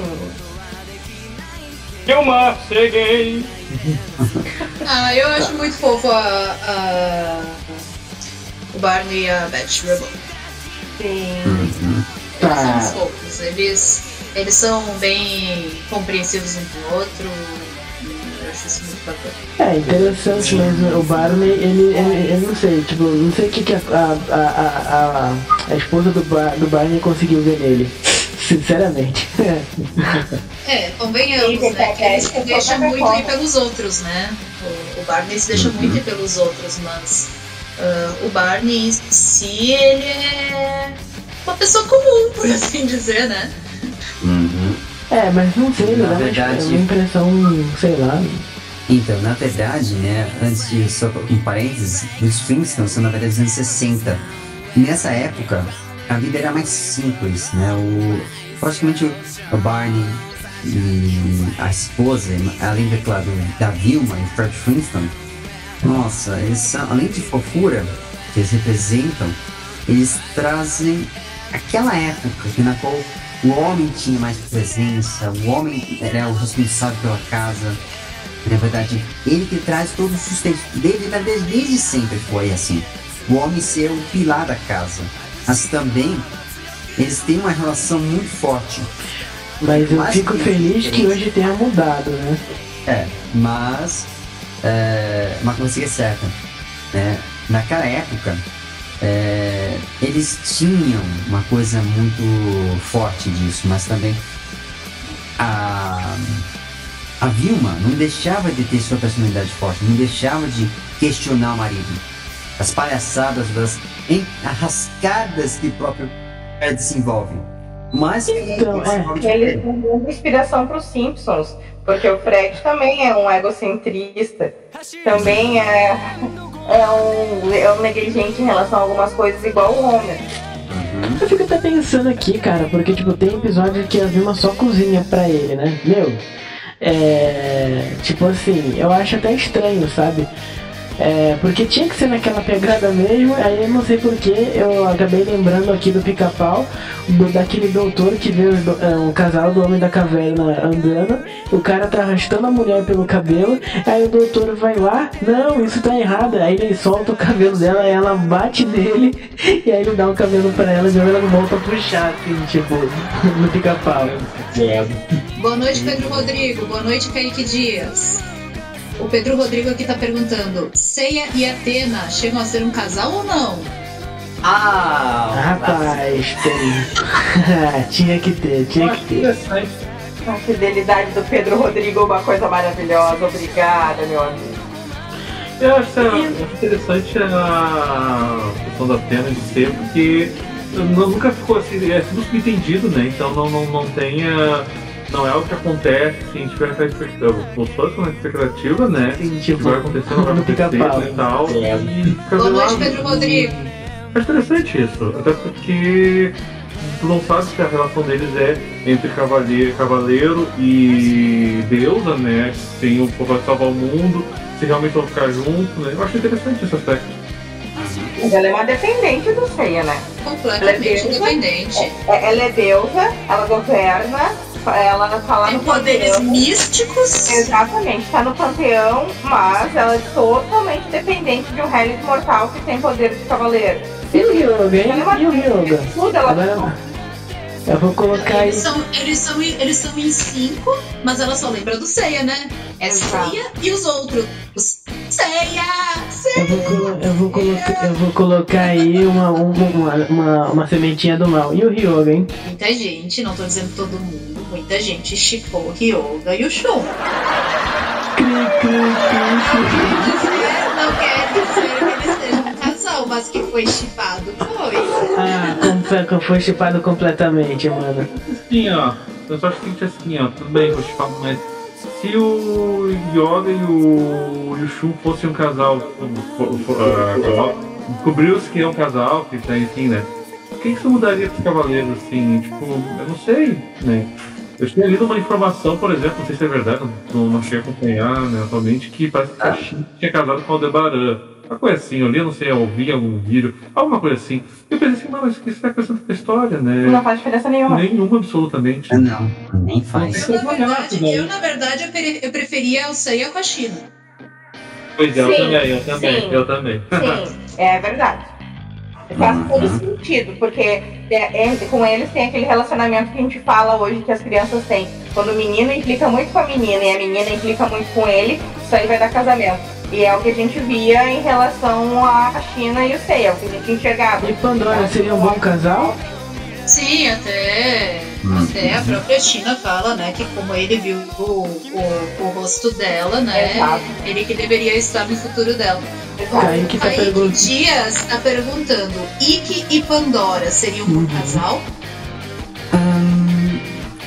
Filma, cheguei! Ah, eu acho muito fofo a, a, o Barney e a Betty Rubble. Sim. Uhum. Eles Tá. são fofos, eles, eles são bem compreensivos um com o outro. Eu acho isso muito bacana. É interessante, mas o Barney, ele, ele, ele não sei, tipo, não sei o que, que a, a, a, a, a esposa do, Bar, do Barney conseguiu ver nele. Sinceramente. É, convenhamos, Sim, né? Que ele se é deixa qualquer muito forma. ir pelos outros, né? O, o Barney se deixa muito ir pelos outros, mas ah, o Barney em si, ele é uma pessoa comum, por assim dizer, né? Uhum. É, mas não sei, me Na dá uma, verdade- uma impressão, sei lá. Então, na verdade, né, antes de, só um parênteses, os Flintstones são na verdade dos anos sessenta. E nessa época, a vida era mais simples, né, o, praticamente o, o Barney e a esposa, além de, claro, da Vilma e o Fred Flintstone, nossa, eles são, além de fofura que eles representam, eles trazem aquela época na qual o homem tinha mais presença, o homem era o responsável pela casa. Na verdade, ele que traz todo o sustento. Desde, desde, desde sempre foi assim. O homem ser o pilar da casa. Mas também, eles têm uma relação muito forte. Mas eu Mas fico tem feliz que diferença. hoje tenha mudado, né? É, mas é, uma coisa que é certa, né? Naquela época, é, eles tinham uma coisa muito forte disso, mas também a, a Vilma não deixava de ter sua personalidade forte, não deixava de questionar o marido. As palhaçadas, das arrascadas que o próprio Fred desenvolve. Mas que Então, é. Eles estão dando inspiração para os Simpsons, porque o Fred também é um egocentrista, também é, é, um, é um negligente em relação a algumas coisas, igual o Homer. Uhum. Eu fico até pensando aqui, cara, porque tipo, tem episódio que a Vilma só cozinha pra ele, né? Meu, é. Tipo assim, eu acho até estranho, sabe? É, porque tinha que ser naquela pegada mesmo, aí eu não sei porquê, eu acabei lembrando aqui do Pica-Pau, do, daquele doutor que vê os do, é, um casal do Homem da Caverna andando, o cara tá arrastando a mulher pelo cabelo, aí o doutor vai lá, não, isso tá errado, aí ele solta o cabelo dela, aí ela bate nele, e aí ele dá o cabelo pra ela e ela volta a puxar, assim, tipo, no Pica-Pau. Boa noite, Pedro Rodrigo. Boa noite, Kaique Dias. O Pedro Rodrigo aqui tá perguntando: Seiya e Atena chegam a ser um casal ou não? Ah, Rapaz, tem. Tinha que ter, tinha que ter. A fidelidade do Pedro Rodrigo é uma coisa maravilhosa. Obrigada, meu amigo. Eu acho, eu acho interessante a questão da Atena de ser, porque não, nunca ficou assim, é tudo subentendido, né? Então não, não, não tenha. Não é o que acontece, assim, a gente vai ficar expectativa. Os fãs são expectativa, né? Sim, O que tipo, vai acontecer, não vai no acontecer Pica-Pau. e tal. É. E fica Boa noite, lá, Pedro Rodrigo. É interessante isso, até porque tu não sabe se a relação deles é entre cavaleiro, cavaleiro e deusa, né? Se tem um pouco de salvar o mundo, se realmente vão ficar juntos, né? Eu acho interessante esse aspecto. Mas ela é uma dependente do Seiya, né? Completamente Ela é independente. É- Ela é deusa, ela governa, ela tá lá Tem no poderes panteão. místicos. Exatamente, tá no panteão, mas ela é totalmente dependente de um Hellis mortal que tem poder de cavaleiro. E o Ryoga, hein? Ela é uma E o Ryoga? tudo, ela Agora, eu vou colocar aí. Eles são, eles, são, eles são em cinco, mas ela só lembra do Seiya, né? É Exato. Seiya e os outros. Os Seiya! Eu vou, colo- eu, vou colocar, eu vou colocar aí uma, uma, uma, uma sementinha do mal. E o Ryoga, hein? Muita gente, não tô dizendo todo mundo, muita gente shippou o Ryoga e o Shun. Cri, cri, cri. Não quer dizer que eles sejam um casal, mas que foi shippado foi. Ah, como foi chipado completamente, mano. Assim, ó, eu só acho que assim, ó, tudo bem, vou te falar, mas se o Yoga e o, e o Shun fossem um casal, uh, descobriu-se que é um casal, que tá, enfim, né? O que isso mudaria pros cavaleiros, assim? Tipo, eu não sei, né? Eu tinha lido uma informação, por exemplo, não sei se é verdade, não, não cheguei a acompanhar, né, atualmente, que parece que a Shin tinha casado com o Aldebaran. Uma coisa assim, eu li, eu não sei, eu ouvi algum vídeo, alguma coisa assim. Eu pensei assim, mas isso tá acrescentando a história, né? não faz diferença nenhuma. Nenhuma, absolutamente. Ah, não, nem faz. Eu, na verdade, eu, na verdade, eu, pre- eu preferia o Seiya com a China. Pois é, eu Sim, também, eu também, sim. eu também. Sim, é verdade. Faz Uhum. todo sentido, porque é, é, com eles tem aquele relacionamento que a gente fala hoje que as crianças têm. Quando o menino implica muito com a menina e a menina implica muito com ele, isso aí vai dar casamento. E é o que a gente via em relação à China e o Seiya, é o que a gente enxergava. E Pandora seria um bom casal? Sim, até, Hum. até a própria China fala, né, que como ele viu o, o, o rosto dela, né, Exato. ele que deveria estar no futuro dela. Kaique tá Kaique perguntando. Dias está perguntando: Ikki e Pandora seriam um bom Uhum. casal? Ahn,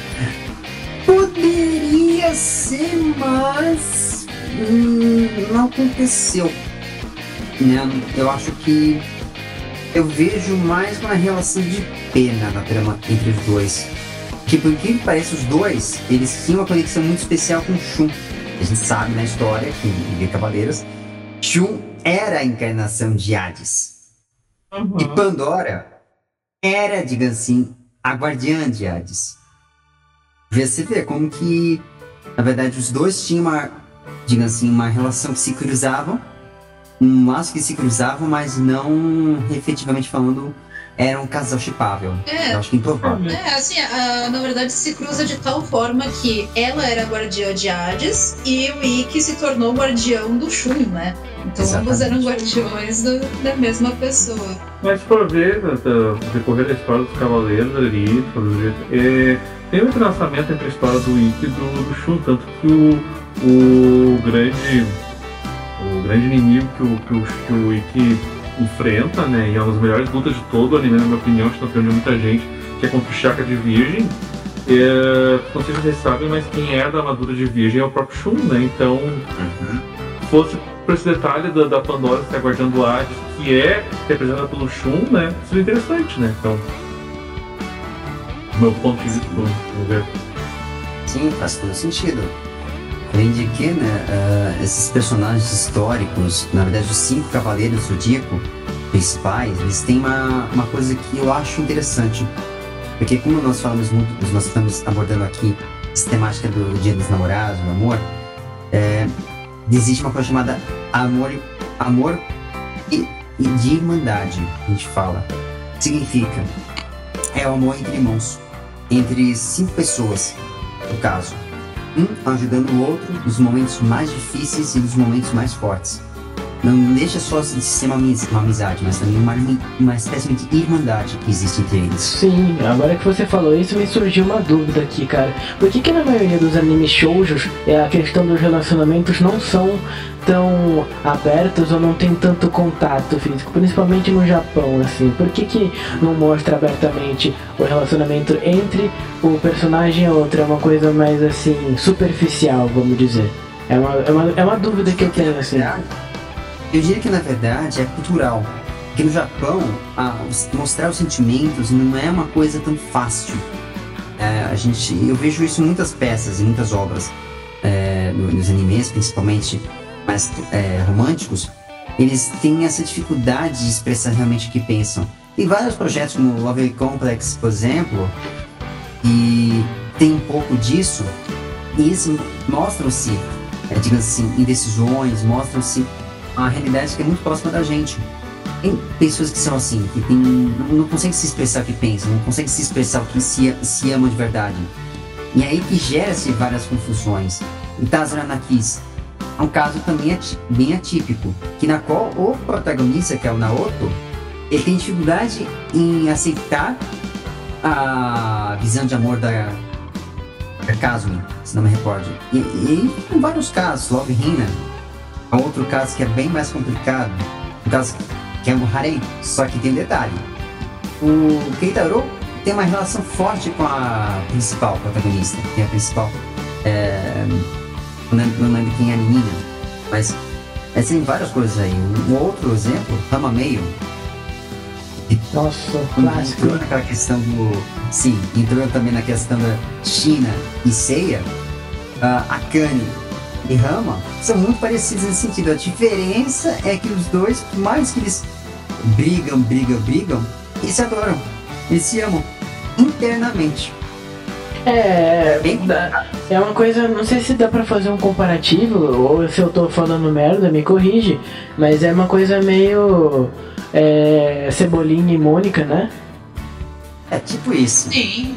poderia ser, mas hum, não aconteceu. Né? Eu acho que eu vejo mais uma relação de pena na trama entre os dois. Que por que parece os dois, eles tinham uma conexão muito especial com Shun. A gente sabe na história que em Cavaleiros, Shun era a encarnação de Hades. Uhum. E Pandora era, digamos assim, a guardiã de Hades. Você vê como que, na verdade, os dois tinham uma, digamos assim, uma relação que se cruzavam, um laço que se cruzavam, mas não efetivamente falando era um casal shippável. É. Eu acho que improvável. É, assim, a, na verdade se cruza de tal forma que ela era guardiã de Hades e o Ikki se tornou guardião do Shun, né? Então Exatamente. ambos eram guardiões do, da mesma pessoa. Mas se for ver, no decorrer da história dos Cavaleiros ali, do jeito, é, tem um entrelaçamento entre a história do Ikki e do, do Shun, tanto que o, o grande o grande inimigo que o, que o, que o Ikki enfrenta, né, e é uma das melhores lutas de todo o anime, na minha opinião, acho que não perdeu muita gente, que é contra o Chakra de Virgem. É, não sei se vocês sabem, mas quem é da armadura de Virgem é o próprio Shun, né, então, Uhum. fosse por esse detalhe da, da Pandora que está guardando o Hades, que é representada pelo Shun, né, seria interessante, né, então, do meu ponto de vista, vamos ver. Sim, faz todo sentido. Além de que, né, uh, esses personagens históricos, na verdade os cinco cavaleiros do Zodíaco principais, eles têm uma, uma coisa que eu acho interessante. Porque como nós falamos muito, nós estamos abordando aqui essa temática do Dia dos Namorados, do amor, é, existe uma coisa chamada amor, amor e, e de irmandade, a gente fala. Significa, é o amor entre irmãos, entre cinco pessoas, no caso. Um ajudando o outro nos momentos mais difíceis e nos momentos mais fortes. Não deixa só de ser uma, uma amizade, mas também uma, uma espécie de irmandade que existe entre eles. Sim, agora que você falou isso, me surgiu uma dúvida aqui, cara. Por que que na maioria dos animes shoujos é, a questão dos relacionamentos não são tão abertos ou não tem tanto contato físico, principalmente no Japão, assim? Por que que não mostra abertamente o relacionamento entre o personagem e outro? É uma coisa mais, assim, superficial, vamos dizer. É uma, é uma, é uma dúvida que eu tenho, assim. Eu diria que na verdade é cultural. Porque no Japão, a, mostrar os sentimentos não é uma coisa tão fácil. É, a gente, eu vejo isso em muitas peças, em muitas obras, é, nos animes, principalmente mais é, românticos. Eles têm essa dificuldade de expressar realmente o que pensam. Tem vários projetos como Love Complex, por exemplo, e tem um pouco disso. E eles mostram-se, é, digamos assim, indecisões, mostram-se uma realidade que é muito próxima da gente. Tem pessoas que são assim, que tem, não, não conseguem se expressar o que pensam, não conseguem se expressar o que se, se amam de verdade. E é aí que gera-se várias confusões. E Tazura na Kiss é um caso também ati- bem atípico, que na qual o protagonista, que é o Naoto, ele tem dificuldade em aceitar a visão de amor da, da Kazumi, se não me recordo. E, e em vários casos, Love Hina, é um outro caso que é bem mais complicado, um caso que é um harem, só que tem um detalhe. O Keitaro tem uma relação forte com a principal protagonista, que é a principal, é, não, lembro, não lembro quem é a menina, mas é, tem várias coisas aí. Um outro exemplo, Hamameio. Nossa, clássico. Entrou naquela questão do... Sim, entrou também na questão da China e Seiya, uh, Akane e Rama são muito parecidos nesse sentido. A diferença é que os dois, por mais que eles brigam, brigam, brigam, eles se adoram, eles se amam internamente. É, dá- é uma coisa, não sei se dá pra fazer um comparativo, ou se eu tô falando merda, me corrige, mas é uma coisa meio é, Cebolinha e Mônica, né? É tipo isso. Sim.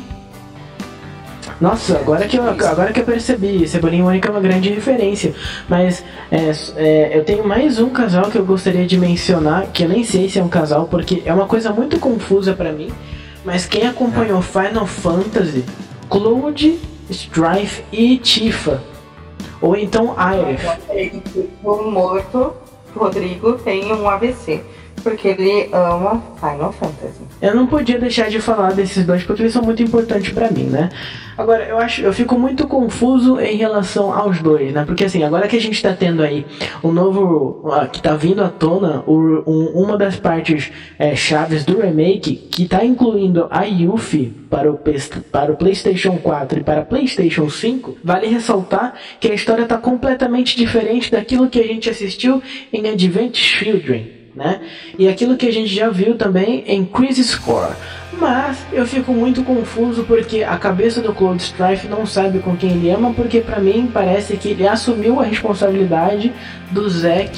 Nossa, agora que eu, agora que eu percebi, Cebolinha e Mônica é uma grande referência, mas é, é, eu tenho mais um casal que eu gostaria de mencionar, que eu nem sei se é um casal, porque é uma coisa muito confusa pra mim, mas quem acompanhou Final Fantasy, Cloud, Strife e Tifa, ou então Aerith. O morto, Rodrigo, tem um A V C, porque ele ama Final Fantasy. Eu não podia deixar de falar desses dois porque eles são muito importantes pra mim, né? Agora, eu acho, eu fico muito confuso em relação aos dois, né? Porque assim, agora que a gente tá tendo aí um novo, ah, que tá vindo à tona o, um, uma das partes é, chaves do remake, que tá incluindo a Yuffie para o, para o PlayStation quatro e para PlayStation cinco, vale ressaltar que a história tá completamente diferente daquilo que a gente assistiu em Advent Children, né? E aquilo que a gente já viu também em Crisis Core. Mas eu fico muito confuso porque a cabeça do Cloud Strife não sabe com quem ele ama, porque pra mim parece que ele assumiu a responsabilidade do Zack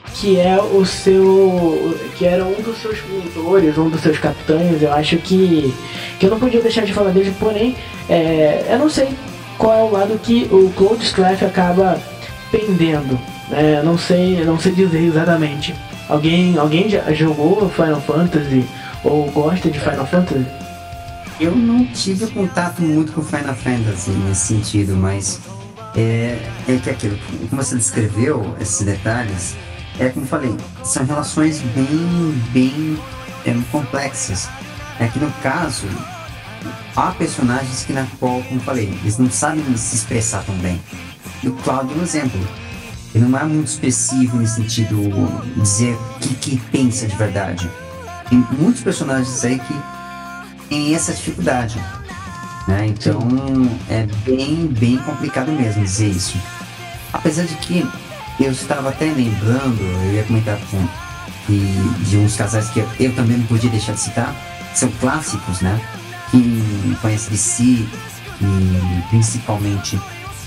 que é o seu. Que era um dos seus mentores, um dos seus capitães. Eu acho que. Que eu não podia deixar de falar dele, porém, é, eu não sei qual é o lado que o Cloud Strife acaba pendendo. É, não sei, não sei dizer exatamente. Alguém, alguém já jogou Final Fantasy ou gosta de Final Fantasy? Eu não tive contato muito com Final Fantasy nesse sentido, mas é, é que aquilo, como você descreveu esses detalhes, é como eu falei, são relações bem, bem é, complexas. É que no caso, há personagens que na qual, como eu falei, eles não sabem se expressar tão bem. E o Cloud é um exemplo. Ele não é muito expressivo nesse sentido, dizer o que, que pensa de verdade. Tem muitos personagens aí que têm essa dificuldade, né? Então é bem, bem complicado mesmo dizer isso. Apesar de que eu estava até lembrando, eu ia comentar com, de, de uns casais que eu, eu também não podia deixar de citar, são clássicos, né? Quem conhece D C e principalmente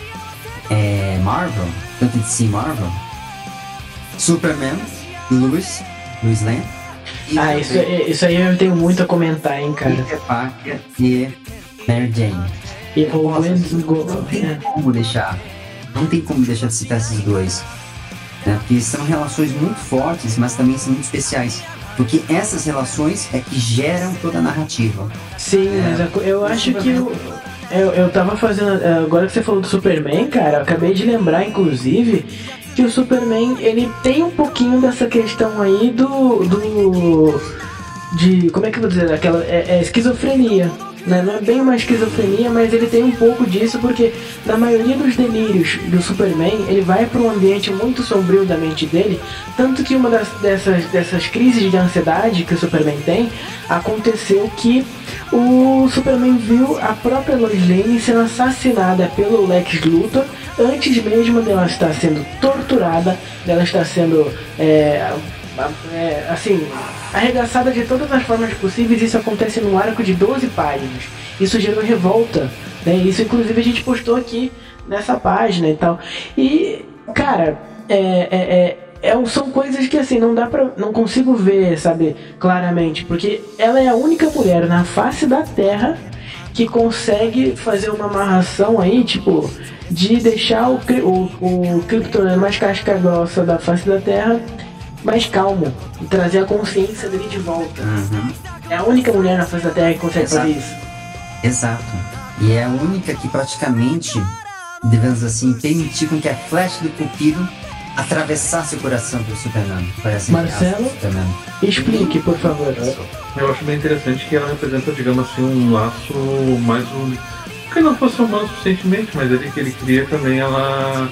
é, Marvel, tanto D C e Marvel, Superman, Lois, Lois Lane. Ah, isso, isso aí eu tenho muito a comentar, hein, cara. Peter Parker e Mary Jane. E o Não, Go... não tem como deixar, não tem como deixar de citar esses dois, né? Porque são relações muito fortes, mas também são muito especiais. Porque essas relações é que geram toda a narrativa. Sim, é, mas eu acho que eu, eu, eu tava fazendo. Agora que você falou do Superman, cara, eu acabei de lembrar, inclusive, que o Superman, ele tem um pouquinho dessa questão aí do. do de. Como é que eu vou dizer? Aquela. É, é esquizofrenia. Né? Não é bem uma esquizofrenia, mas ele tem um pouco disso, porque na maioria dos delírios do Superman, ele vai para um ambiente muito sombrio da mente dele, tanto que uma das, dessas, dessas crises de ansiedade que o Superman tem, aconteceu que o Superman viu a própria Lois Lane sendo assassinada pelo Lex Luthor, antes mesmo dela estar sendo torturada, dela estar sendo, é, é, assim... arregaçada de todas as formas possíveis. Isso acontece num arco de doze páginas. Isso gerou revolta, né? Isso inclusive a gente postou aqui nessa página e tal. E, cara, é, é, é, é, são coisas que assim, não dá pra. Não consigo ver, sabe, claramente. Porque ela é a única mulher na face da Terra que consegue fazer uma amarração aí, tipo, de deixar o, o, o Krypton mais casca grossa da face da Terra mais calmo e trazer a consciência dele de volta. Uhum. É a única mulher na face da Terra que consegue Exato. fazer isso. Exato. E é a única que praticamente, devemos assim, permitir com que a flecha do Cupido atravessasse o coração do Superman. Parece Marcelo, Superman. Explique, por favor. Eu acho bem interessante que ela representa, digamos assim, um laço mais um... que não fosse humano suficientemente, mas ele que ele cria também, ela...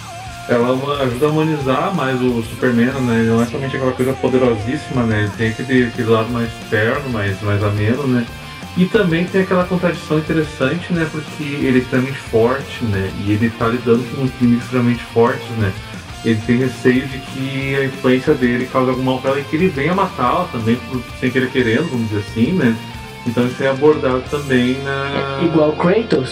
ela ajuda a humanizar mais o Superman, né? Ele não é somente aquela coisa poderosíssima, né? Ele tem aquele, aquele lado mais terno, mais, mais ameno, né? E também tem aquela contradição interessante, né? Porque ele é extremamente forte, né? E ele tá lidando com um time extremamente forte, né? Ele tem receio de que a influência dele cause algum mal pra ela e que ele venha matá-la também, sem querer querendo, vamos dizer assim, né? Então isso é abordado também na... Igual Kratos?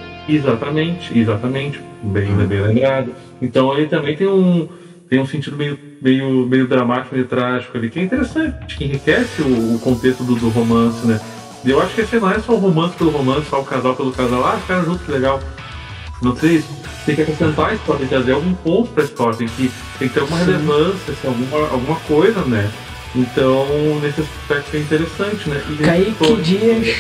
Exatamente, exatamente. Bem, bem lembrado. Então ele também tem um, tem um sentido meio, meio, meio dramático, meio trágico ali, que é interessante, que enriquece o, o contexto do, do romance, né? E eu acho que esse não é só o romance pelo romance, só o casal pelo casal, ah, ficaram juntos, que legal. Não sei, tem que acrescentar a história, tem que trazer algum ponto pra história, tem que, tem que ter alguma Sim. relevância, assim, alguma, alguma coisa, né? Então, nesse aspecto é interessante, né? E Kaique Dias...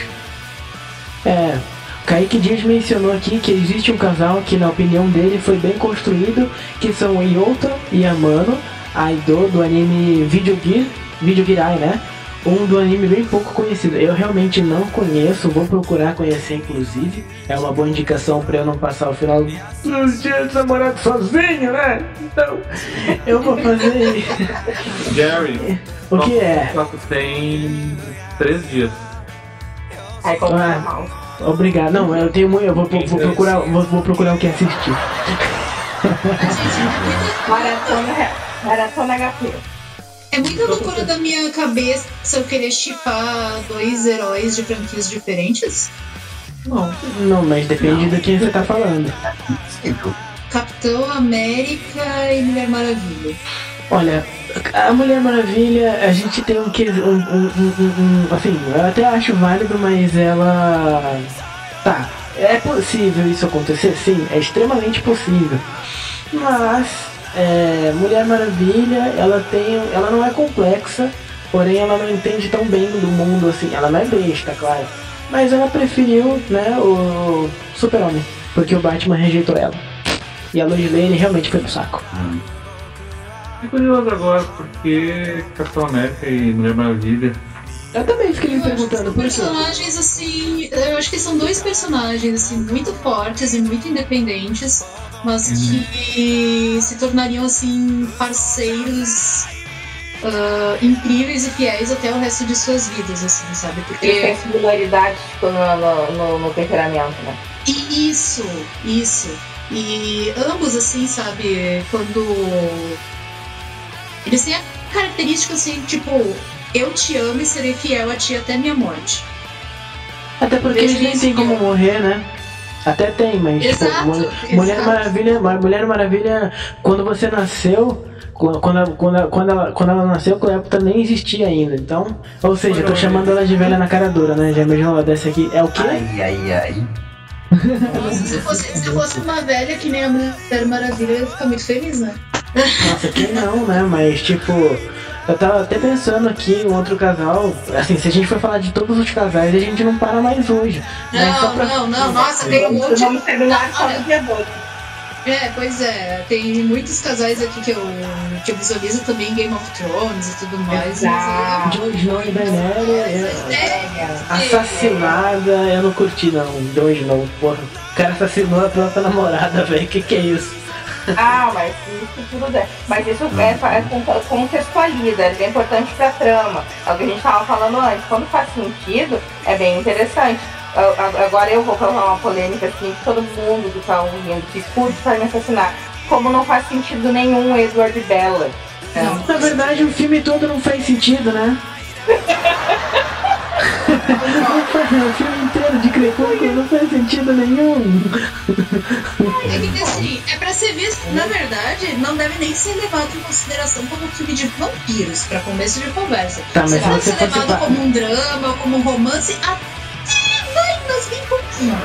É... Kaique Dias mencionou aqui que existe um casal que, na opinião dele, foi bem construído, que são Yota e Amano, a idol do anime Videogear, Videogirai, né? Um do anime bem pouco conhecido. Eu realmente não conheço, vou procurar conhecer, inclusive. É uma boa indicação para eu não passar o final dos dias dos namorados sozinho, né? Então, eu vou fazer... Gary, o que é? Tem três dias. Aí como é mal. Obrigado. Não, eu tenho muito. Eu vou, vou procurar. Vou, vou procurar o que assistir. Maratona, maratona H P. É muita loucura da minha cabeça eu querer shippar dois heróis de franquias diferentes? Não. Não, mas depende não. do que você tá falando. Capitão América e Mulher Maravilha. Olha, a Mulher Maravilha, a gente tem um que. Um, um, um, um, um, assim, eu até acho válido, mas ela. Tá, é possível isso acontecer? Sim, é extremamente possível. Mas, é, Mulher Maravilha, ela tem. Ela não é complexa, porém ela não entende tão bem do mundo assim. Ela não é besta, claro. Mas ela preferiu, né, o Super-Homem, porque o Batman rejeitou ela. E a Lois Lane realmente foi pro saco. Hum. Fico curioso agora, porque Capitão América e Mulher Maravilha. Eu também fiquei me Eu acho que perguntando são por quê. personagens assim, eu acho que são dois personagens assim muito fortes e muito independentes, mas que se tornariam assim parceiros uh, incríveis e fiéis até o resto de suas vidas, assim, sabe? Eles Porque têm similaridade tipo, no, no, no, no temperamento, né? e isso, isso. E ambos assim, sabe, quando eles têm a característica assim, tipo, eu te amo e serei fiel a ti até minha morte. Até porque Vejo eles nem isso tem como que eu- morrer, né? Até tem, mas Exato, tipo, Mul- Mulher exato. Maravilha, Mulher Maravilha, quando você nasceu, quando, quando, ela- quando, ela- quando, ela, quando ela nasceu, Cleópatra nem existia ainda, então, ou seja, eu tô chamando ela de velha na cara dura, né? Já imaginou ela dessa aqui? É o quê? Ai, ai, ai. Nossa, se eu fosse, se eu fosse uma velha que nem a Mulher Maravilha, eu ia ficar muito feliz, né? Nossa, quem não, né? Mas tipo, eu tava até pensando aqui em outro casal, assim, se a gente for falar de todos os casais, a gente não para mais hoje. Mas só Não, pra- não, não, nossa, tem um monte. Vamos terminar só Olha, no dia doze. É, pois é, tem muitos casais aqui que eu, que eu visualizo também Game of Thrones e tudo mais. Exato. Jon Snow e Daenerys, Mas, é, é, assassinada, eu não curti não, Jon Snow, porra. O cara assassinou a própria namorada, velho, que que é isso? Ah, mas isso tudo é. Mas isso é, é con- contextualiza, é bem importante pra trama. É o que a gente tava falando antes. Quando faz sentido, é bem interessante. Eu- a- Agora eu vou colocar uma polêmica assim, que todo mundo que tá ouvindo, que curte vai me assassinar. Como não faz sentido nenhum Edward Bella. Não, Na verdade, o filme todo não faz sentido, né? O filme inteiro de Crepúsculo não faz sentido nenhum. é que assim, é pra ser visto, na verdade, não deve nem ser levado em consideração como um filme de vampiros, pra começo de conversa. Tá, mas Você se pode você ser fosse levado pa- como um drama, como um romance, até vai, mas bem pouquinho.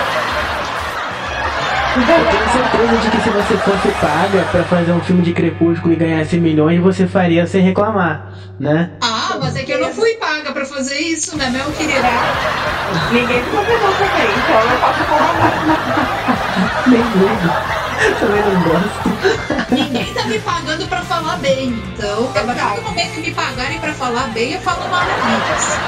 Eu tenho certeza de que se você fosse paga pra fazer um filme de Crepúsculo e ganhasse milhões, você faria sem reclamar, né? Ah, mas é que eu não fui paga pra fazer isso, né, meu querido? Ninguém me convidou também, então eu posso falar. Nem ligo. Também não gosto. Ninguém tá me pagando pra falar bem, então, a partir do momento que me pagarem pra falar bem, eu falo maravilhas.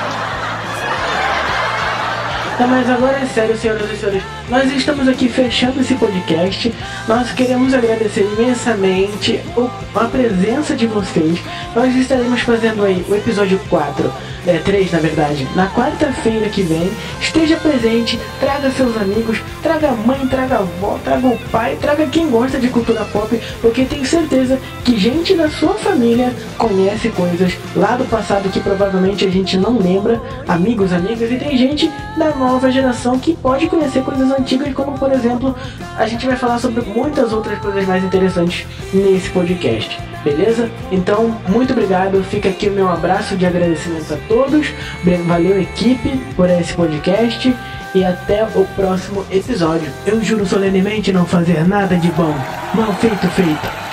Não, mas agora é sério, senhoras e senhores. Nós estamos aqui fechando esse podcast. Nós queremos agradecer imensamente o- a presença de vocês. Nós estaremos fazendo aí o episódio quatro, é, três na verdade, na quarta-feira que vem. Esteja presente, traga seus amigos, traga a mãe, traga a avó, traga o pai, traga quem gosta de cultura pop, porque tenho certeza que gente da sua família conhece coisas lá do passado que provavelmente a gente não lembra, amigos, amigas, e tem gente da nova geração que pode conhecer coisas antigas, como por exemplo, a gente vai falar sobre muitas outras coisas mais interessantes nesse podcast, beleza? Então, muito obrigado, fica aqui o meu abraço de agradecimento a todos, valeu equipe por esse podcast e até o próximo episódio. Eu juro solenemente não fazer nada de bom, mal feito feito.